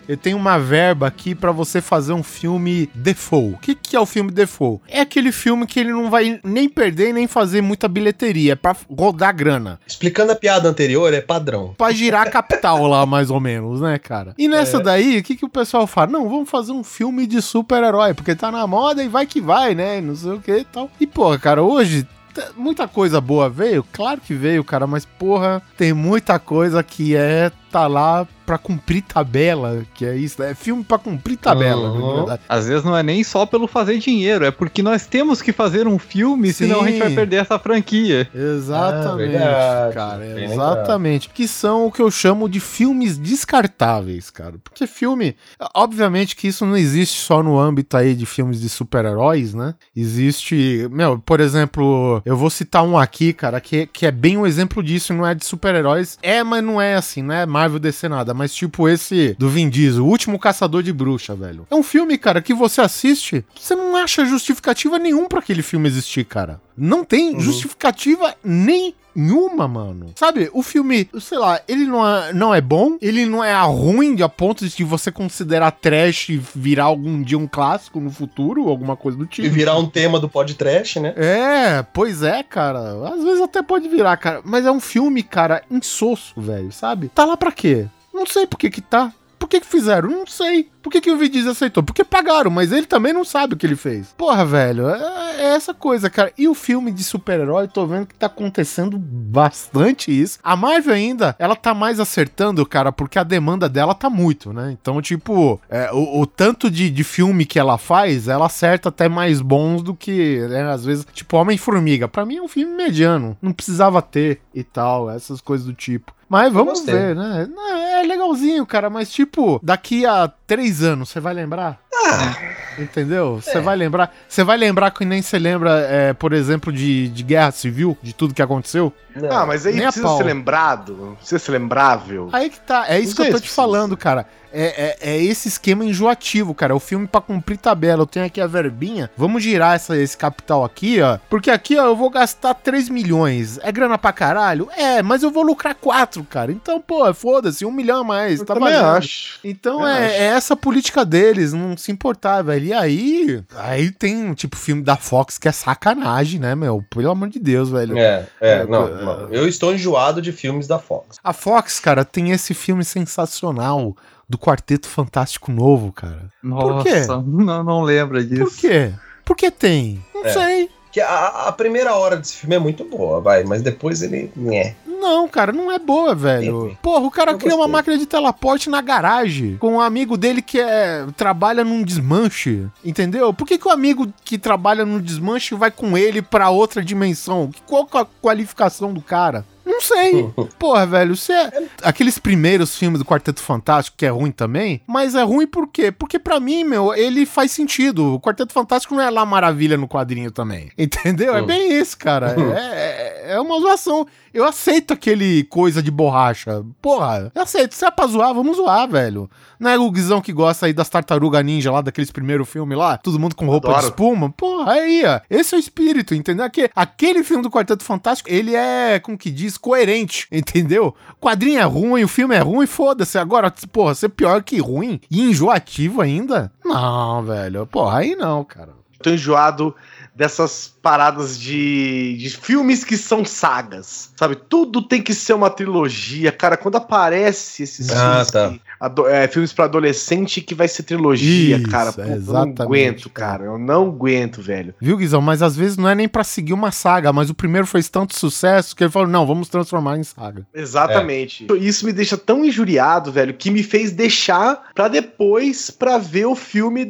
eu tenho uma verba aqui pra você fazer um filme default. O que, que é o filme default? É aquele filme que ele não vai nem perder nem fazer muita bilheteria, é pra rodar grana. Explicando a piada anterior, é padrão. Pra girar capital lá, mais ou menos, né, cara? E nessa é. daí, o que, que o pessoal fala? Não, vamos fazer um filme de super-herói, porque tá na moda e vai que vai, né? Não sei o que e tal. E, pô, cara, hoje... muita coisa boa veio? Claro que veio, cara, mas porra, tem muita coisa que é tá lá pra cumprir tabela, que é isso, é filme pra cumprir tabela, uhum. na verdade. Às vezes não é nem só pelo fazer dinheiro, é porque nós temos que fazer um filme, Sim. senão a gente vai perder essa franquia. Exatamente, ah, verdade, cara, é exatamente. Que são o que eu chamo de filmes descartáveis, cara, porque filme, obviamente que isso não existe só no âmbito aí de filmes de super-heróis, né? Existe, meu, por exemplo, eu vou citar um aqui, cara, que, que é bem um exemplo disso, não é de super-heróis, é, mas não é assim, não é Marvel, D C, nada, mas tipo esse do Vin Diesel, O Último Caçador de Bruxa, velho. É um filme, cara, que você assiste, você não acha justificativa nenhum pra aquele filme existir, cara. Não tem uhum. justificativa nenhuma, mano. Sabe, o filme, sei lá, ele não é, não é bom, ele não é ruim a ponto de você considerar trash e virar algum dia um clássico no futuro, alguma coisa do tipo. E virar um tema do pod trash, né? É, pois é, cara. Às vezes até pode virar, cara. Mas é um filme, cara, insosso, velho, sabe? Tá lá pra quê? Não sei por que que tá. Por que que fizeram? Não sei. Por que que o Vin Diesel aceitou? Porque pagaram, mas ele também não sabe o que ele fez. Porra, velho, é, é essa coisa, cara. E o filme de super-herói, tô vendo que tá acontecendo bastante isso. A Marvel ainda, ela tá mais acertando, cara, porque a demanda dela tá muito, né? Então, tipo, é, o, o tanto de, de filme que ela faz, ela acerta até mais bons do que, né, às vezes, tipo, Homem-Formiga. Pra mim é um filme mediano. Não precisava ter e tal, essas coisas do tipo. Mas vamos ver, né? É legalzinho, cara, mas tipo, daqui a três anos, você vai lembrar? Ah, entendeu? Você é. vai lembrar. Você vai lembrar que nem você lembra, é, por exemplo, de, de Guerra Civil, de tudo que aconteceu? Não. Ah, mas aí nem precisa ser lembrado, precisa ser lembrável. Aí que tá, é isso que eu tô te falando, cara. É, é, é esse esquema enjoativo, cara. O filme pra cumprir tabela. Eu tenho aqui a verbinha. Vamos girar essa, esse capital aqui, ó. Porque aqui, ó, eu vou gastar três milhões. É grana pra caralho? É, mas eu vou lucrar quatro, cara. Então, pô, foda-se, um milhão a mais. Eu tá também valendo. acho. Então eu é, acho. é essa política deles, não se importar, velho. E aí, aí tem, tipo, filme da Fox que é sacanagem, né, meu? Pelo amor de Deus, velho. É, é, não, não. Eu estou enjoado de filmes da Fox. A Fox, cara, tem esse filme sensacional do Quarteto Fantástico Novo, cara. Nossa, por quê? Não, não lembra disso. Por quê? Por que tem? Não É. sei. Que a, a primeira hora desse filme é muito boa, vai, mas depois ele... É. Não, cara, não é boa, velho. Sim. Porra, o cara Eu cria uma gostei. máquina de teleporte na garagem com um amigo dele que é, trabalha num desmanche, entendeu? Por que que o amigo que trabalha no desmanche vai com ele pra outra dimensão? Qual que é a qualificação do cara? Não sei. Porra, velho, você é... Aqueles primeiros filmes do Quarteto Fantástico, que é ruim também, mas é ruim por quê? Porque pra mim, meu, ele faz sentido. O Quarteto Fantástico não é lá maravilha no quadrinho também. Entendeu? É bem isso, cara. É, é, é uma zoação. Eu aceito aquele coisa de borracha. Porra, eu aceito. Se é pra zoar, vamos zoar, velho. Não é o Guizão que gosta aí das Tartaruga Ninja lá, daqueles primeiros filmes lá? Todo mundo com roupa Adoro. de espuma? Porra, aí, ó. Esse é o espírito, entendeu? Aquele, aquele filme do Quarteto Fantástico, ele é, como que diz, coerente, entendeu? O quadrinho é ruim, o filme é ruim, foda-se. Agora, porra, ser pior que ruim e enjoativo ainda? Não, velho. Porra, aí não, cara. Tô enjoado dessas paradas de, de filmes que são sagas, sabe? Tudo tem que ser uma trilogia, cara. Quando aparece esses Ah, filmes, tá. que, ado- é, filmes pra adolescente que vai ser trilogia, Isso, cara. é, Pô, eu não exatamente, aguento, cara. cara. Eu não aguento, velho. Viu, Guizão? Mas às vezes não é nem pra seguir uma saga, mas o primeiro fez tanto sucesso que ele falou, não, vamos transformar em saga. Exatamente. Isso me deixa tão injuriado, velho, que me fez deixar pra depois pra ver o filme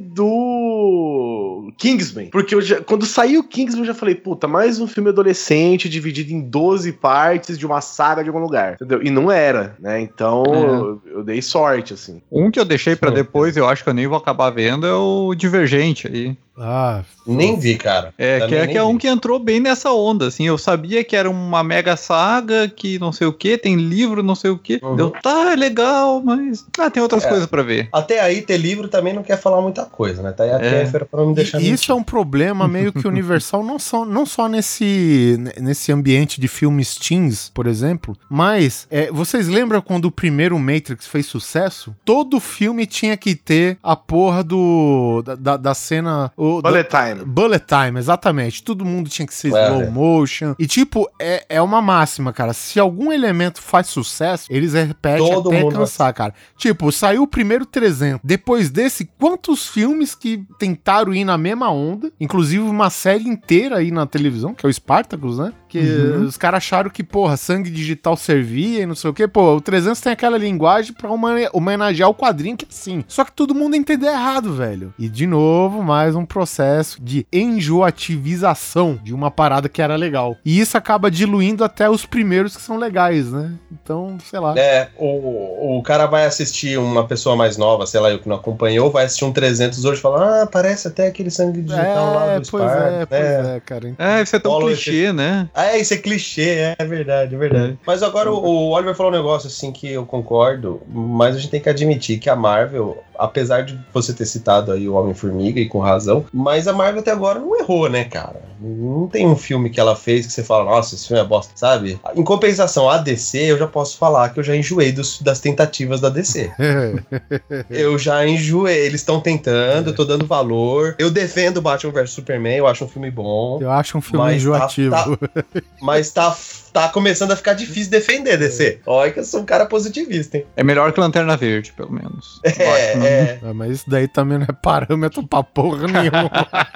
do Kingsman. Porque eu já, quando saiu o Kingsman, eu já falei, puta, mais um filme adolescente dividido em doze partes de uma saga de algum lugar. Entendeu? E não era, né? Então eu, eu dei sorte, assim. Um que eu deixei pra Sim. depois, eu acho que eu nem vou acabar vendo, é o Divergente aí. Ah, Nem vi, cara. É, Também que é, nem que é um vi. que entrou bem nessa onda, assim. Eu sabia que era uma mega saga, que não sei o que, tem livro, não sei o que. Uhum. Deu, tá, é legal, mas. Ah, tem outras É. coisas pra ver. Até aí, ter livro também não quer falar muita coisa, né? Tá aí a É. Kéfera pra não me deixar E isso é um problema meio que universal, não só, não só nesse, nesse ambiente de filmes teens, por exemplo, mas é, vocês lembram quando o primeiro Matrix fez sucesso? Todo filme tinha que ter a porra do da, da, da cena... O, Bullet da, time. Bullet time, exatamente. Todo mundo tinha que ser É, slow é. motion. E tipo, é, é uma máxima, cara. Se algum elemento faz sucesso, eles repetem Todo até mundo cansar, cara. Tipo, saiu o primeiro trezentos. Depois desse, quantos filmes que tentaram ir na mesma onda? Inclusive uma série inteira aí na televisão, que é o Spartacus, né? Que os caras acharam que, porra, sangue digital servia e não sei o quê. Pô, o trezentos tem aquela linguagem pra humane- homenagear o quadrinho que é assim. Só que todo mundo entendeu errado, velho. E, de novo, mais um processo de enjoativização de uma parada que era legal. E isso acaba diluindo até os primeiros que são legais, né? Então, sei lá. É, o, o cara vai assistir uma pessoa mais nova, sei lá, eu que não acompanhou, vai assistir um trezentos hoje e fala, ah, parece até aquele sangue digital lá É, do pois Spark, é, pois né? é, cara. É, isso é tão Bola, clichê, né? Ah, é, isso é clichê, é verdade, é verdade. Mas agora o, o Oliver falou um negócio assim que eu concordo, mas a gente tem que admitir que a Marvel, apesar de você ter citado aí o Homem-Formiga e com razão, mas a Marvel até agora não errou, né, cara? Não tem um filme que ela fez que você fala, nossa, esse filme é bosta, sabe? Em compensação, a D C, eu já posso falar que eu já enjoei dos, das tentativas da D C. Eu já enjoei, eles estão tentando, eu tô dando valor. Eu defendo Batman versus Superman, eu acho um filme bom. Eu acho um filme Mas tá- enjoativo. tá- Mas tá, tá começando a ficar difícil defender, D C. Olha que eu sou um cara positivista, hein? É melhor que Lanterna Verde, pelo menos. É, Batman. é. Ah, mas isso daí também não é parâmetro pra porra nenhuma.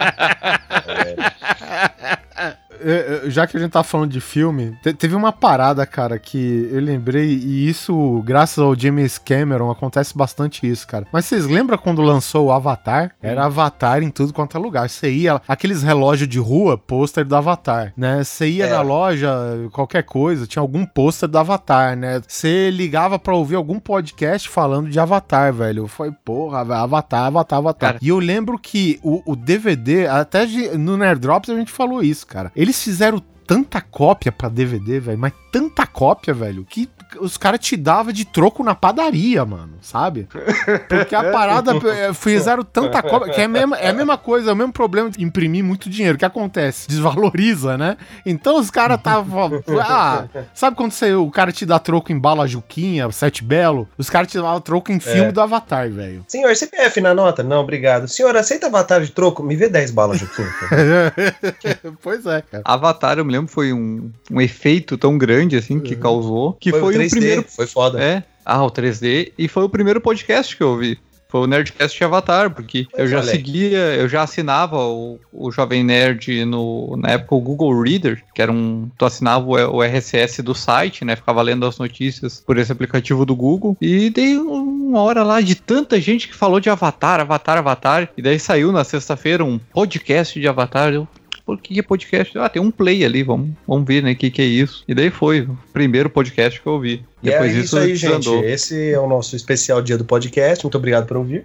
É, é, já que a gente tá falando de filme, te- teve uma parada, cara, que eu lembrei, e isso, graças ao James Cameron, acontece bastante isso, cara. Mas vocês lembram quando lançou o Avatar? Era Avatar em tudo quanto é lugar. Você ia, aqueles relógios de rua, pôster do Avatar, né? Você ia É. na loja, qualquer coisa, tinha algum pôster do Avatar, né? Você ligava pra ouvir algum podcast falando de Avatar, velho. Foi, porra, Avatar, Avatar, Avatar. Cara. E eu lembro que o, o D V D, até de- no Nerd Drops a gente falou isso, cara. Eles fizeram tanta cópia pra D V D, velho, mas tanta cópia, velho, que os caras te davam de troco na padaria, mano, sabe? Porque a parada eh, fizeram tanta cópia, que é a mesma, é a mesma coisa, é o mesmo problema de imprimir muito dinheiro. O que acontece? Desvaloriza, né? Então os caras estavam... Ah, sabe quando você, o cara te dá troco em bala Juquinha, Sete Belo? Os caras te davam troco em filme É. do Avatar, velho. Senhor, C P F na nota? Não, obrigado. Senhor, aceita Avatar de troco? Me vê dez balas, Juquinho. Pois é, cara. Avatar, eu me lembro, foi um, um efeito tão grande, assim, que causou, que foi, o o primeiro... foi foda. É, ah, o três D, e foi o primeiro podcast que eu ouvi. Foi o Nerdcast de Avatar, porque Pois eu já olha aí. seguia, eu já assinava o, o Jovem Nerd no, na época o Google Reader, que era um, tu assinava o, o R S S do site, né, ficava lendo as notícias por esse aplicativo do Google, e dei uma hora lá de tanta gente que falou de Avatar, Avatar, Avatar, e daí saiu na sexta-feira um podcast de Avatar, eu... Por que é podcast? Ah, tem um play ali, vamos, vamos ver, né, o que, que é isso. E daí foi o primeiro podcast que eu ouvi. E Depois é disso isso aí, gente. desandou. Esse é o nosso especial dia do podcast. Muito obrigado por ouvir.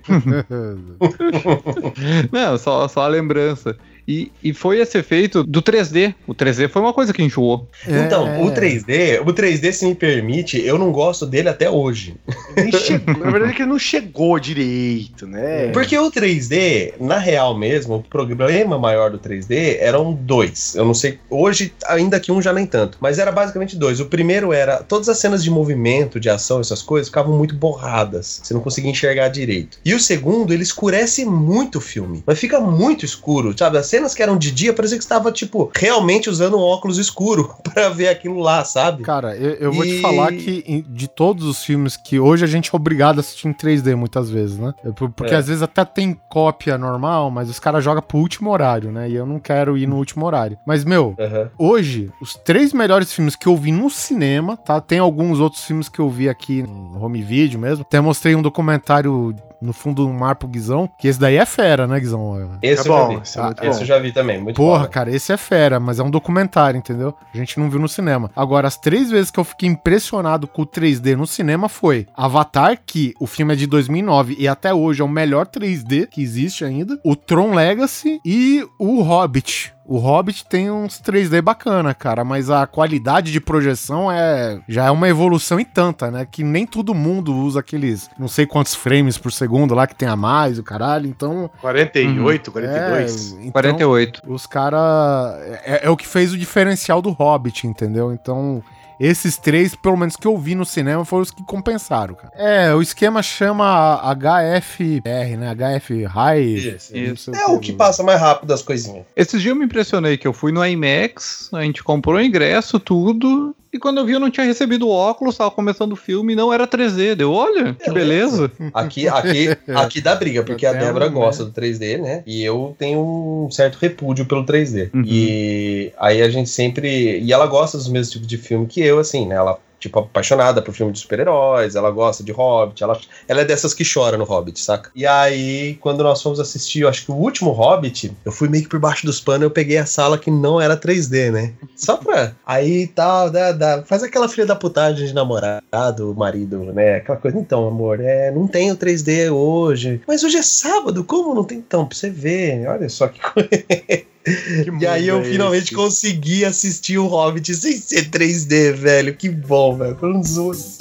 Não, só, só a lembrança. E, e foi esse efeito do três D. O três D foi uma coisa que enjoou. Então, É. o três D, o três D, se me permite, eu não gosto dele até hoje. Nem chegou, na verdade é que ele não chegou direito, né? Porque o três D, na real mesmo, o problema maior do três D eram dois. Eu não sei, hoje, ainda que um já nem tanto. Mas era basicamente dois. O primeiro era, todas as cenas de movimento, de ação, essas coisas, ficavam muito borradas. Você não conseguia enxergar direito. E o segundo, ele escurece muito o filme. Mas fica muito escuro, sabe? As cenas que eram de dia, parecia que você estava, tipo, realmente usando um óculos escuro pra ver aquilo lá, sabe? Cara, eu, eu vou te E- falar que em- de todos os filmes que hoje a gente é obrigado a assistir em três D muitas vezes, né? É por- Porque É. às vezes até tem cópia normal, mas os caras jogam pro último horário, né? E eu não quero ir no último horário. Mas, meu, Aham. hoje, os três melhores filmes que eu vi no cinema, tá? Tem alguns outros filmes que eu vi aqui no home video mesmo. Até mostrei um documentário no fundo do mar pro Guizão, que esse daí é fera, né, Guizão? Esse É eu bom, já vi. esse é muito Esse bom. eu já vi também, muito Porra, bom. cara, esse é fera, mas é um documentário, entendeu? A gente não viu no cinema. Agora, as três vezes que eu fiquei impressionado com o três D no cinema foi Avatar, que o filme é de dois mil e nove e até hoje é o melhor três D que existe ainda, o Tron Legacy e o Hobbit. O Hobbit tem uns três D bacana, cara, mas a qualidade de projeção é já é uma evolução em tanta, né? Que nem todo mundo usa aqueles não sei quantos frames por segundo lá que tem a mais, o caralho, então... quarenta e oito, quarenta e dois. É, então, quarenta e oito. os caras... É, é o que fez o diferencial do Hobbit, entendeu? Então... Esses três, pelo menos que eu vi no cinema, foram os que compensaram, cara. É, o esquema chama H F R, né? H F High. Isso, Isso. É o que passa mais rápido das coisinhas. Esses dias eu me impressionei que eu fui no IMAX, a gente comprou o ingresso, tudo, e quando eu vi eu não tinha recebido o óculos, tava começando o filme e não era três D. Deu, olha, que beleza. Aqui, aqui, aqui dá briga, porque a Até Débora um, gosta né? do três D, né? E eu tenho um certo repúdio pelo três D. Uhum. E aí a gente sempre... E ela gosta dos mesmos tipos de filme que eu, assim, né? Ela, tipo, apaixonada por filme de super-heróis, ela gosta de Hobbit, ela, ela é dessas que chora no Hobbit, saca? E aí, quando nós fomos assistir, eu acho que o último Hobbit, eu fui meio que por baixo dos panos, eu peguei a sala que não era três D, né? Só pra... Aí tal, dá, dá, faz aquela filha da putagem de namorado, marido, né? Aquela coisa, então, amor, é, não tenho três D hoje, mas hoje é sábado, como não tem? Então, pra você ver, olha só que coisa... E aí eu mundo é finalmente esse? consegui assistir o Hobbit sem ser três D, velho. Que bom, velho. Foi um desgosto.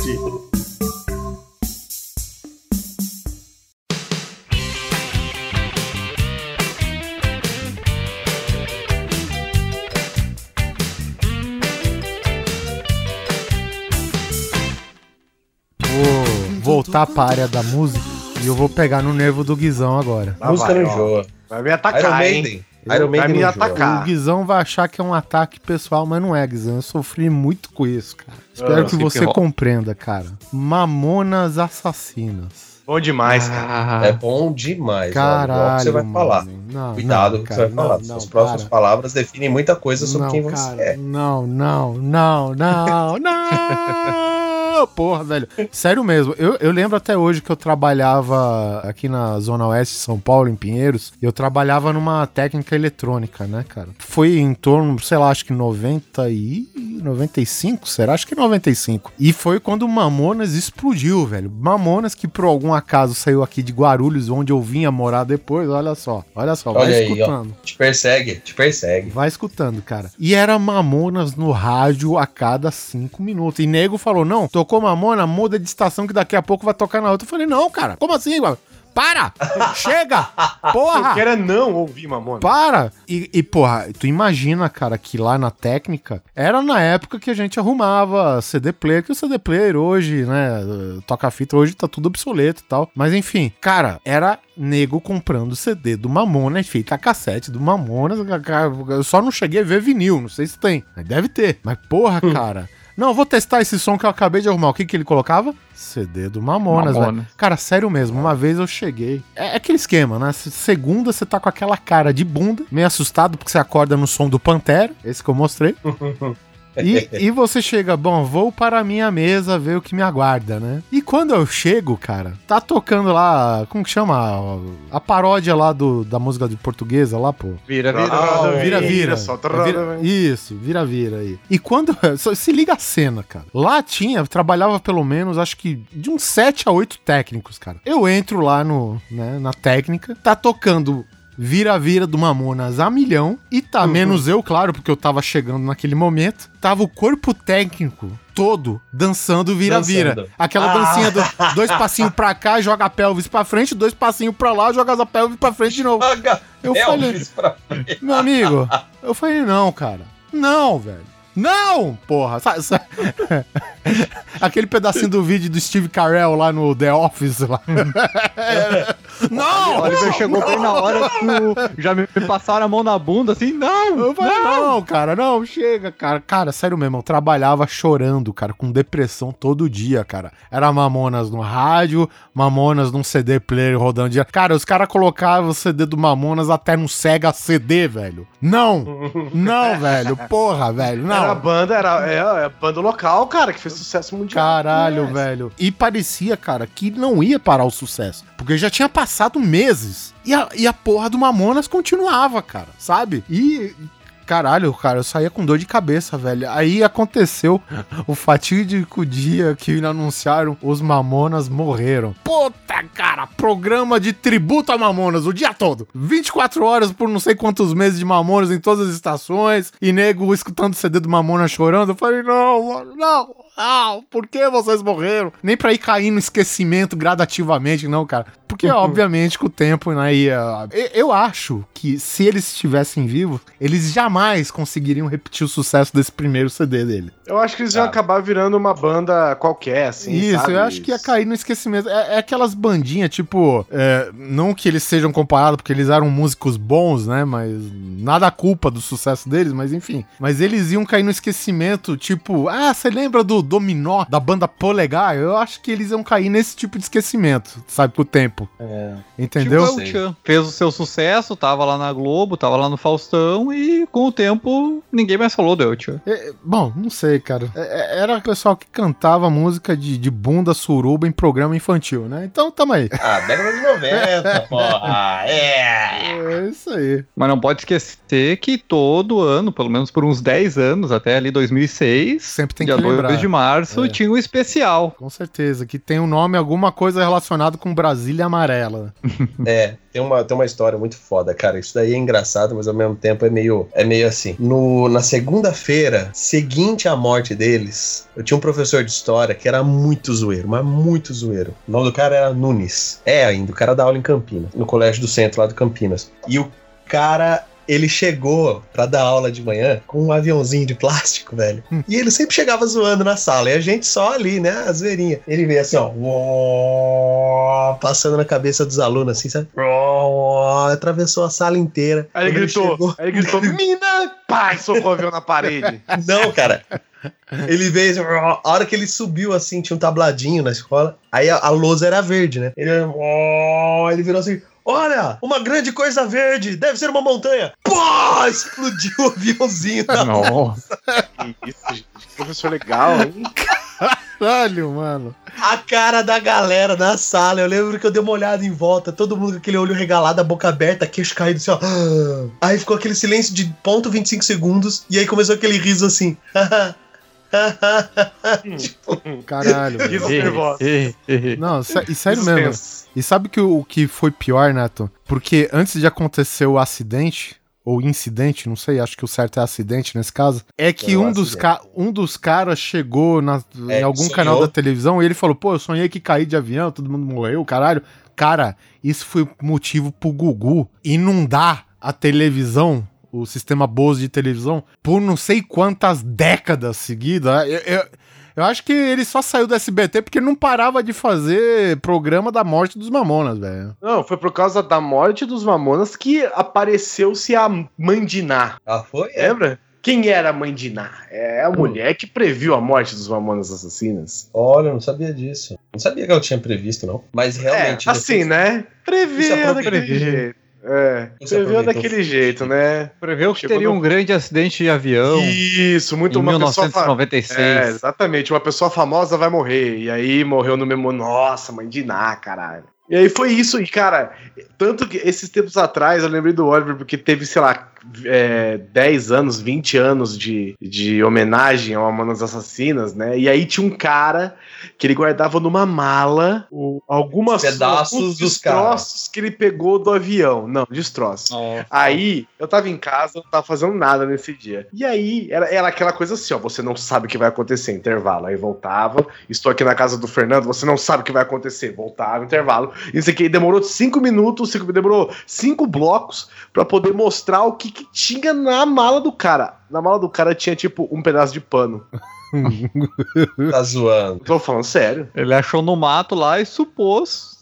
Vou voltar pra área da música e eu vou pegar no nervo do Guizão agora. Lá Música vai, não ó. enjoa. Vai me Iron atacar, hein? Maiden. Iron Vai Maiden me não atacar. O Guizão vai achar que é um ataque pessoal, mas não é, Guizão. Eu sofri muito com isso, cara. Espero Ah, que sempre você rola. compreenda, cara. Mamonas Assassinas. Bom demais, cara. É Ah, bom demais. Caralho, olha, igual que você vai mano. falar. Não, Cuidado não, com o que cara, você vai falar. não, Suas não, próximas para. palavras definem muita coisa sobre Não, quem você cara, é. Não, não, não, não, não! Porra, velho. Sério mesmo. Eu, eu lembro até hoje que eu trabalhava aqui na Zona Oeste de São Paulo, em Pinheiros, e eu trabalhava numa técnica eletrônica, né, cara? Foi em torno, sei lá, acho que noventa e... noventa e cinco, será? Acho que noventa e cinco. E foi quando o Mamonas explodiu, velho. Mamonas que por algum acaso saiu aqui de Guarulhos, onde eu vinha morar depois, olha só. Olha só, vai Olha aí, escutando. ó. Te persegue, te persegue. Vai escutando, cara. E era Mamonas no rádio a cada cinco minutos. E nego falou, não, tocou Mamona, muda de estação que daqui a pouco vai tocar na outra. Eu falei, não, cara, como assim, mano? Para! Chega! Porra! Eu quero é não ouvir Mamona. Para! E, e, porra, tu imagina, cara, que lá na técnica, era na época que a gente arrumava C D player, que o C D player hoje, né, toca-fita, hoje tá tudo obsoleto e tal. Mas enfim, cara, era nego comprando C D do Mamonas, fita cassete do Mamonas. Eu só não cheguei a ver vinil, não sei se tem. Deve ter. Mas porra, cara... Não, eu vou testar esse som que eu acabei de arrumar. O que que ele colocava? C D do Mamonas, Mamonas. velho. Cara, sério mesmo, uma vez eu cheguei. É, é aquele esquema, né? Segunda você tá com aquela cara de bunda, meio assustado porque você acorda no som do Pantera, esse que eu mostrei. E, e você chega, bom, vou para a minha mesa ver o que me aguarda, né? E quando eu chego, cara, tá tocando lá, como que chama? A paródia lá do, da música de portuguesa lá, pô. Vira, vira, Ah, Vira, vira. solta, É, vira- Isso, vira, vira aí. E quando. só- Se liga a cena, cara. Lá tinha, trabalhava pelo menos, acho que de uns sete a oito técnicos, cara. Eu entro lá no, né, na técnica, tá tocando vira-vira do Mamonas a milhão, e tá menos eu, claro, porque eu tava chegando naquele momento. Tava o corpo técnico todo dançando vira-vira. Dançando. Aquela Ah. dancinha do dois passinhos pra cá, joga a pelvis pra frente, dois passinhos pra lá, joga a pelvis pra frente de novo. Paga Eu falei, Elvis pra frente. meu amigo, eu falei, não, cara. Não, velho. Não, porra. Sa- sa- Aquele pedacinho do vídeo do Steve Carell lá no The Office lá. Não! O Oliver chegou bem na hora que o- já me passaram a mão na bunda, assim, não! Eu falei, não, cara, não, chega, cara. Cara, sério mesmo, eu trabalhava chorando, cara, com depressão todo dia, cara. Era Mamonas no rádio, Mamonas num C D player rodando dia. Cara, os caras colocavam o C D do Mamonas até no Sega C D, velho. Não! Não, velho, porra, velho, não. Era a banda, era é, é a banda local, cara, que fez sucesso mundial. Caralho, É. velho. E parecia, cara, que não ia parar o sucesso. Porque já tinha passado meses. E a, e a porra do Mamonas continuava, cara, sabe? E... Caralho, cara, eu saía com dor de cabeça, velho. Aí aconteceu o fatídico dia que anunciaram os Mamonas morreram. Puta, cara, programa de tributo a Mamonas o dia todo. vinte e quatro horas por não sei quantos meses de Mamonas em todas as estações. E nego escutando o C D do Mamonas chorando. Eu falei, não, mano, não. Ah, por que vocês morreram? Nem pra ir cair no esquecimento gradativamente, não, cara. Porque, obviamente, com o tempo, né, ia... Eu, eu acho que se eles estivessem vivos, eles jamais conseguiriam repetir o sucesso desse primeiro C D dele. Eu acho que eles iam acabar virando uma banda qualquer, assim, Isso, sabe? eu acho que ia cair no esquecimento. É, é aquelas bandinhas, tipo... é, não que eles sejam comparados, porque eles eram músicos bons, né? Mas nada a culpa do sucesso deles, mas enfim. Mas eles iam cair no esquecimento, tipo... Ah, você lembra do Dominó, da banda Polegar? Eu acho que eles iam cair nesse tipo de esquecimento, sabe? Com o tempo. É. Entendeu? Tipo, o Tchan fez o seu sucesso, tava lá na Globo, tava lá no Faustão e com o tempo ninguém mais falou do El Tchan. É, bom, não sei, cara. É, era o pessoal que cantava música de, de bunda suruba em programa infantil, né? Então, tamo aí. Ah, década de noventa, porra. É. É isso aí. Mas não pode esquecer que todo ano, pelo menos por uns dez anos, até ali dois mil e seis, Sempre tem dia que lembrar. dois de março, É. tinha um especial. Com certeza. Que tem um nome, alguma coisa relacionada com Brasília Amarela. É, tem uma, tem uma história muito foda, cara. Isso daí é engraçado, mas ao mesmo tempo é meio, é meio assim. No, na segunda-feira, seguinte à morte deles, eu tinha um professor de história que era muito zoeiro, mas muito zoeiro. O nome do cara era Nunes. É ainda, o cara dá aula em Campinas, no colégio do centro lá de Campinas. E o cara... Ele chegou pra dar aula de manhã com um aviãozinho de plástico, velho. E ele sempre chegava zoando na sala. E a gente só ali, né? A zoeirinha. Ele veio assim, ó. uó, Passando na cabeça dos alunos, assim, sabe? Uó, Atravessou a sala inteira. Aí ele Quando gritou, chegou- aí ele gritou, mina! Pai, socou o avião na parede. Não, cara. Ele veio assim, a hora que ele subiu assim, tinha um tabladinho na escola. Aí a, a lousa era verde, né? Ele, ó, ele virou assim: olha, uma grande coisa verde, deve ser uma montanha. Pô, explodiu o aviãozinho. Nossa. Que isso, gente. Professor legal, hein? Caralho, mano. A cara da galera na sala, eu lembro que eu dei uma olhada em volta, todo mundo com aquele olho regalado, a boca aberta, queixo caído assim, ó. Aí ficou aquele silêncio de ponto vinte e cinco segundos, e aí começou aquele riso assim. Tipo, Caralho. velho. Risos nervosos. Não, sé- e sério Risos mesmo. tensos. E sabe que o, o que foi pior, Neto? Porque antes de acontecer o acidente, ou incidente, não sei, acho que o certo é acidente nesse caso, é que É um um, dos ca- um dos caras chegou na- É, em algum sonhou. canal da televisão e ele falou, pô, eu sonhei que caí de avião, todo mundo morreu, caralho. Cara, isso foi motivo pro Gugu inundar a televisão, o sistema Bose de televisão, por não sei quantas décadas seguidas. Eu, eu, eu acho que ele só saiu do S B T porque não parava de fazer programa da morte dos Mamonas, velho. Não, foi por causa da morte dos Mamonas que apareceu-se a Mandiná. ah, foi? É. Lembra? Quem era a Mandiná? É a mulher que previu a morte dos Mamonas Assassinas. Olha, eu não sabia disso. Não sabia que ela tinha previsto, não. Mas realmente. É, assim, né? Isso Preveu aproveitou. daquele jeito. É, Isso preveu aproveitou. daquele jeito, né? Preveu que Chegou teria no- um grande acidente de avião Isso, muito em uma mil pessoa. novecentos e fa- noventa e seis. É, exatamente. Uma pessoa famosa vai morrer. E aí morreu no mesmo. Nossa, Mandiná, caralho. E aí foi isso. E, cara, tanto que esses tempos atrás eu lembrei do Oliver, porque teve, sei lá, é, dez anos, vinte anos de, de homenagem ao Mamonas Assassinas, né? E aí tinha um cara que ele guardava numa mala o, algumas Pedaços alguns dos destroços que ele pegou do avião. Não, destroços. Aí, eu tava em casa, não tava fazendo nada nesse dia. E aí, era, era aquela coisa assim, ó, você não sabe o que vai acontecer, intervalo. Aí voltava, estou aqui na casa do Fernando, você não sabe o que vai acontecer, voltava, intervalo. Isso aqui demorou cinco minutos, cinco, demorou cinco blocos pra poder mostrar o que, que tinha na mala do cara. Na mala do cara tinha, tipo, um pedaço de pano. Tá zoando. Tô falando sério. Ele achou no mato lá e supôs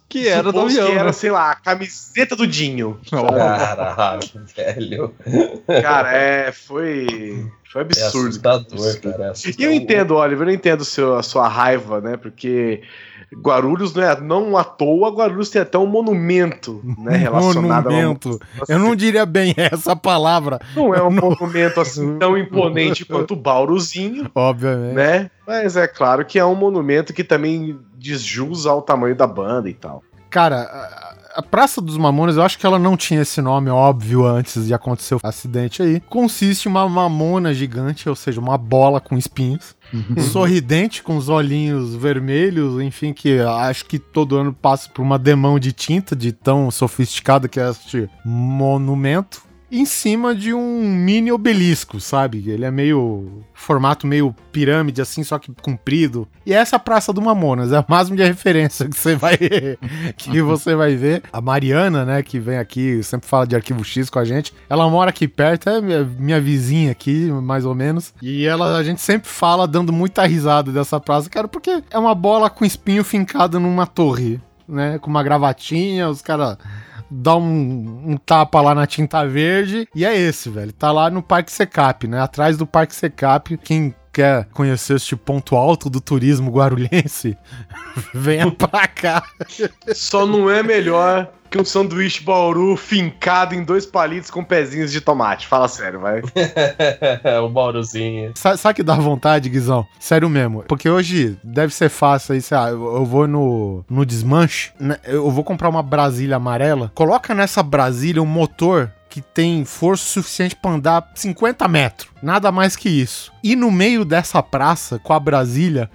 Que era do Supôs avião, que era, né? sei lá, a camiseta do Dinho. Caralho, velho. Cara, é, foi, foi É absurdo. assustador, cara. É E assustador. eu entendo, Oliver, eu entendo o seu, a sua raiva, né? Porque Guarulhos não é não à toa, Guarulhos tem até um monumento, né? Relacionado Monumento. a Eu não diria bem essa palavra, Não é um monumento assim tão imponente quanto o Bauruzinho, obviamente. né? Mas é claro que é um monumento que também desjus ao tamanho da banda e tal. Cara, a, a Praça dos Mamonas, eu acho que ela não tinha esse nome óbvio antes de acontecer o acidente aí. Consiste em uma mamona gigante, ou seja, uma bola com espinhos. Sorridente, com os olhinhos vermelhos, enfim, que acho que todo ano passa por uma demão de tinta, de tão sofisticado que é este monumento, em cima de um mini obelisco, sabe? Ele é meio... formato meio pirâmide, assim, só que comprido. E essa Praça do Mamonas é o máximo de referência que você vai que você vai ver. A Mariana, né, que vem aqui, sempre fala de Arquivo X com a gente, ela mora aqui perto, é minha, minha vizinha aqui, mais ou menos. E ela, a gente sempre fala, dando muita risada dessa praça, cara, porque é uma bola com espinho fincada numa torre, né, com uma gravatinha, os caras... dá um, um tapa lá na tinta verde, e é esse, velho. Tá lá no Parque Secap, né? Atrás do Parque Secap. Quem quer conhecer este ponto alto do turismo guarulhense, venha pra cá. Só não é melhor que um sanduíche Bauru fincado em dois palitos com pezinhos de tomate. Fala sério, vai. O Bauruzinho. Sa- Sabe que dá vontade, Guizão? Sério mesmo. Porque hoje deve ser fácil aí, sei lá, eu eu vou no, no desmanche, né? Eu vou comprar uma Brasília amarela. Coloca nessa Brasília um motor que tem força suficiente pra andar cinquenta metros. Nada mais que isso. E no meio dessa praça, com a Brasília,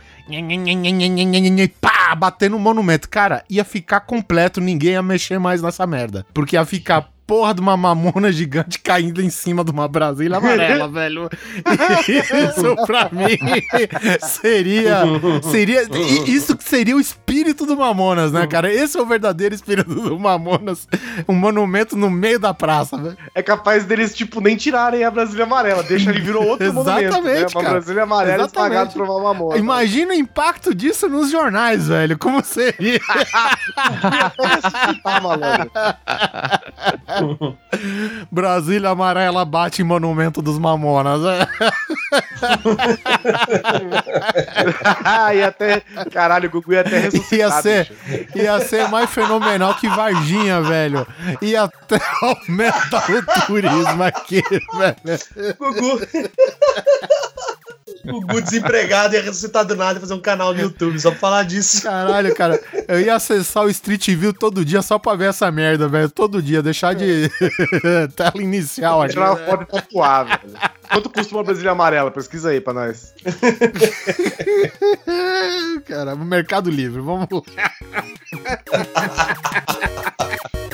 pá, bater no monumento. Cara, ia ficar completo, ninguém ia mexer mais nessa merda. Porque ia ficar porra de uma mamona gigante caindo em cima de uma Brasília amarela, velho. Isso pra mim seria, seria isso que seria o espírito do Mamonas, né, cara? Esse é o verdadeiro espírito do Mamonas, um monumento no meio da praça, velho. É capaz deles, tipo, nem tirarem a Brasília amarela. Deixa ele virou outro Exatamente, monumento, né? Uma cara. Brasília amarela Exatamente. espalhada por uma mamona. Imagina o impacto disso nos jornais, velho. Como seria? Tá, malandro. Brasília amarela bate em monumento dos Mamonas. E até, caralho, o Gugu ia até ressuscitar. Ia ser, bicho. ia ser mais fenomenal que Varginha, velho. Ia até aumentar o turismo aqui, velho. Gugu. Gugu desempregado ia ressuscitar do nada e fazer um canal no YouTube só pra falar disso. Caralho, cara. Eu ia acessar o Street View todo dia só pra ver essa merda, velho. Todo dia. Deixar de tela inicial aqui. Tirar uma foto e tatuar, velho. Quanto custa uma Brasília amarela? Pesquisa aí pra nós. Cara, Mercado Livre. Vamos lá.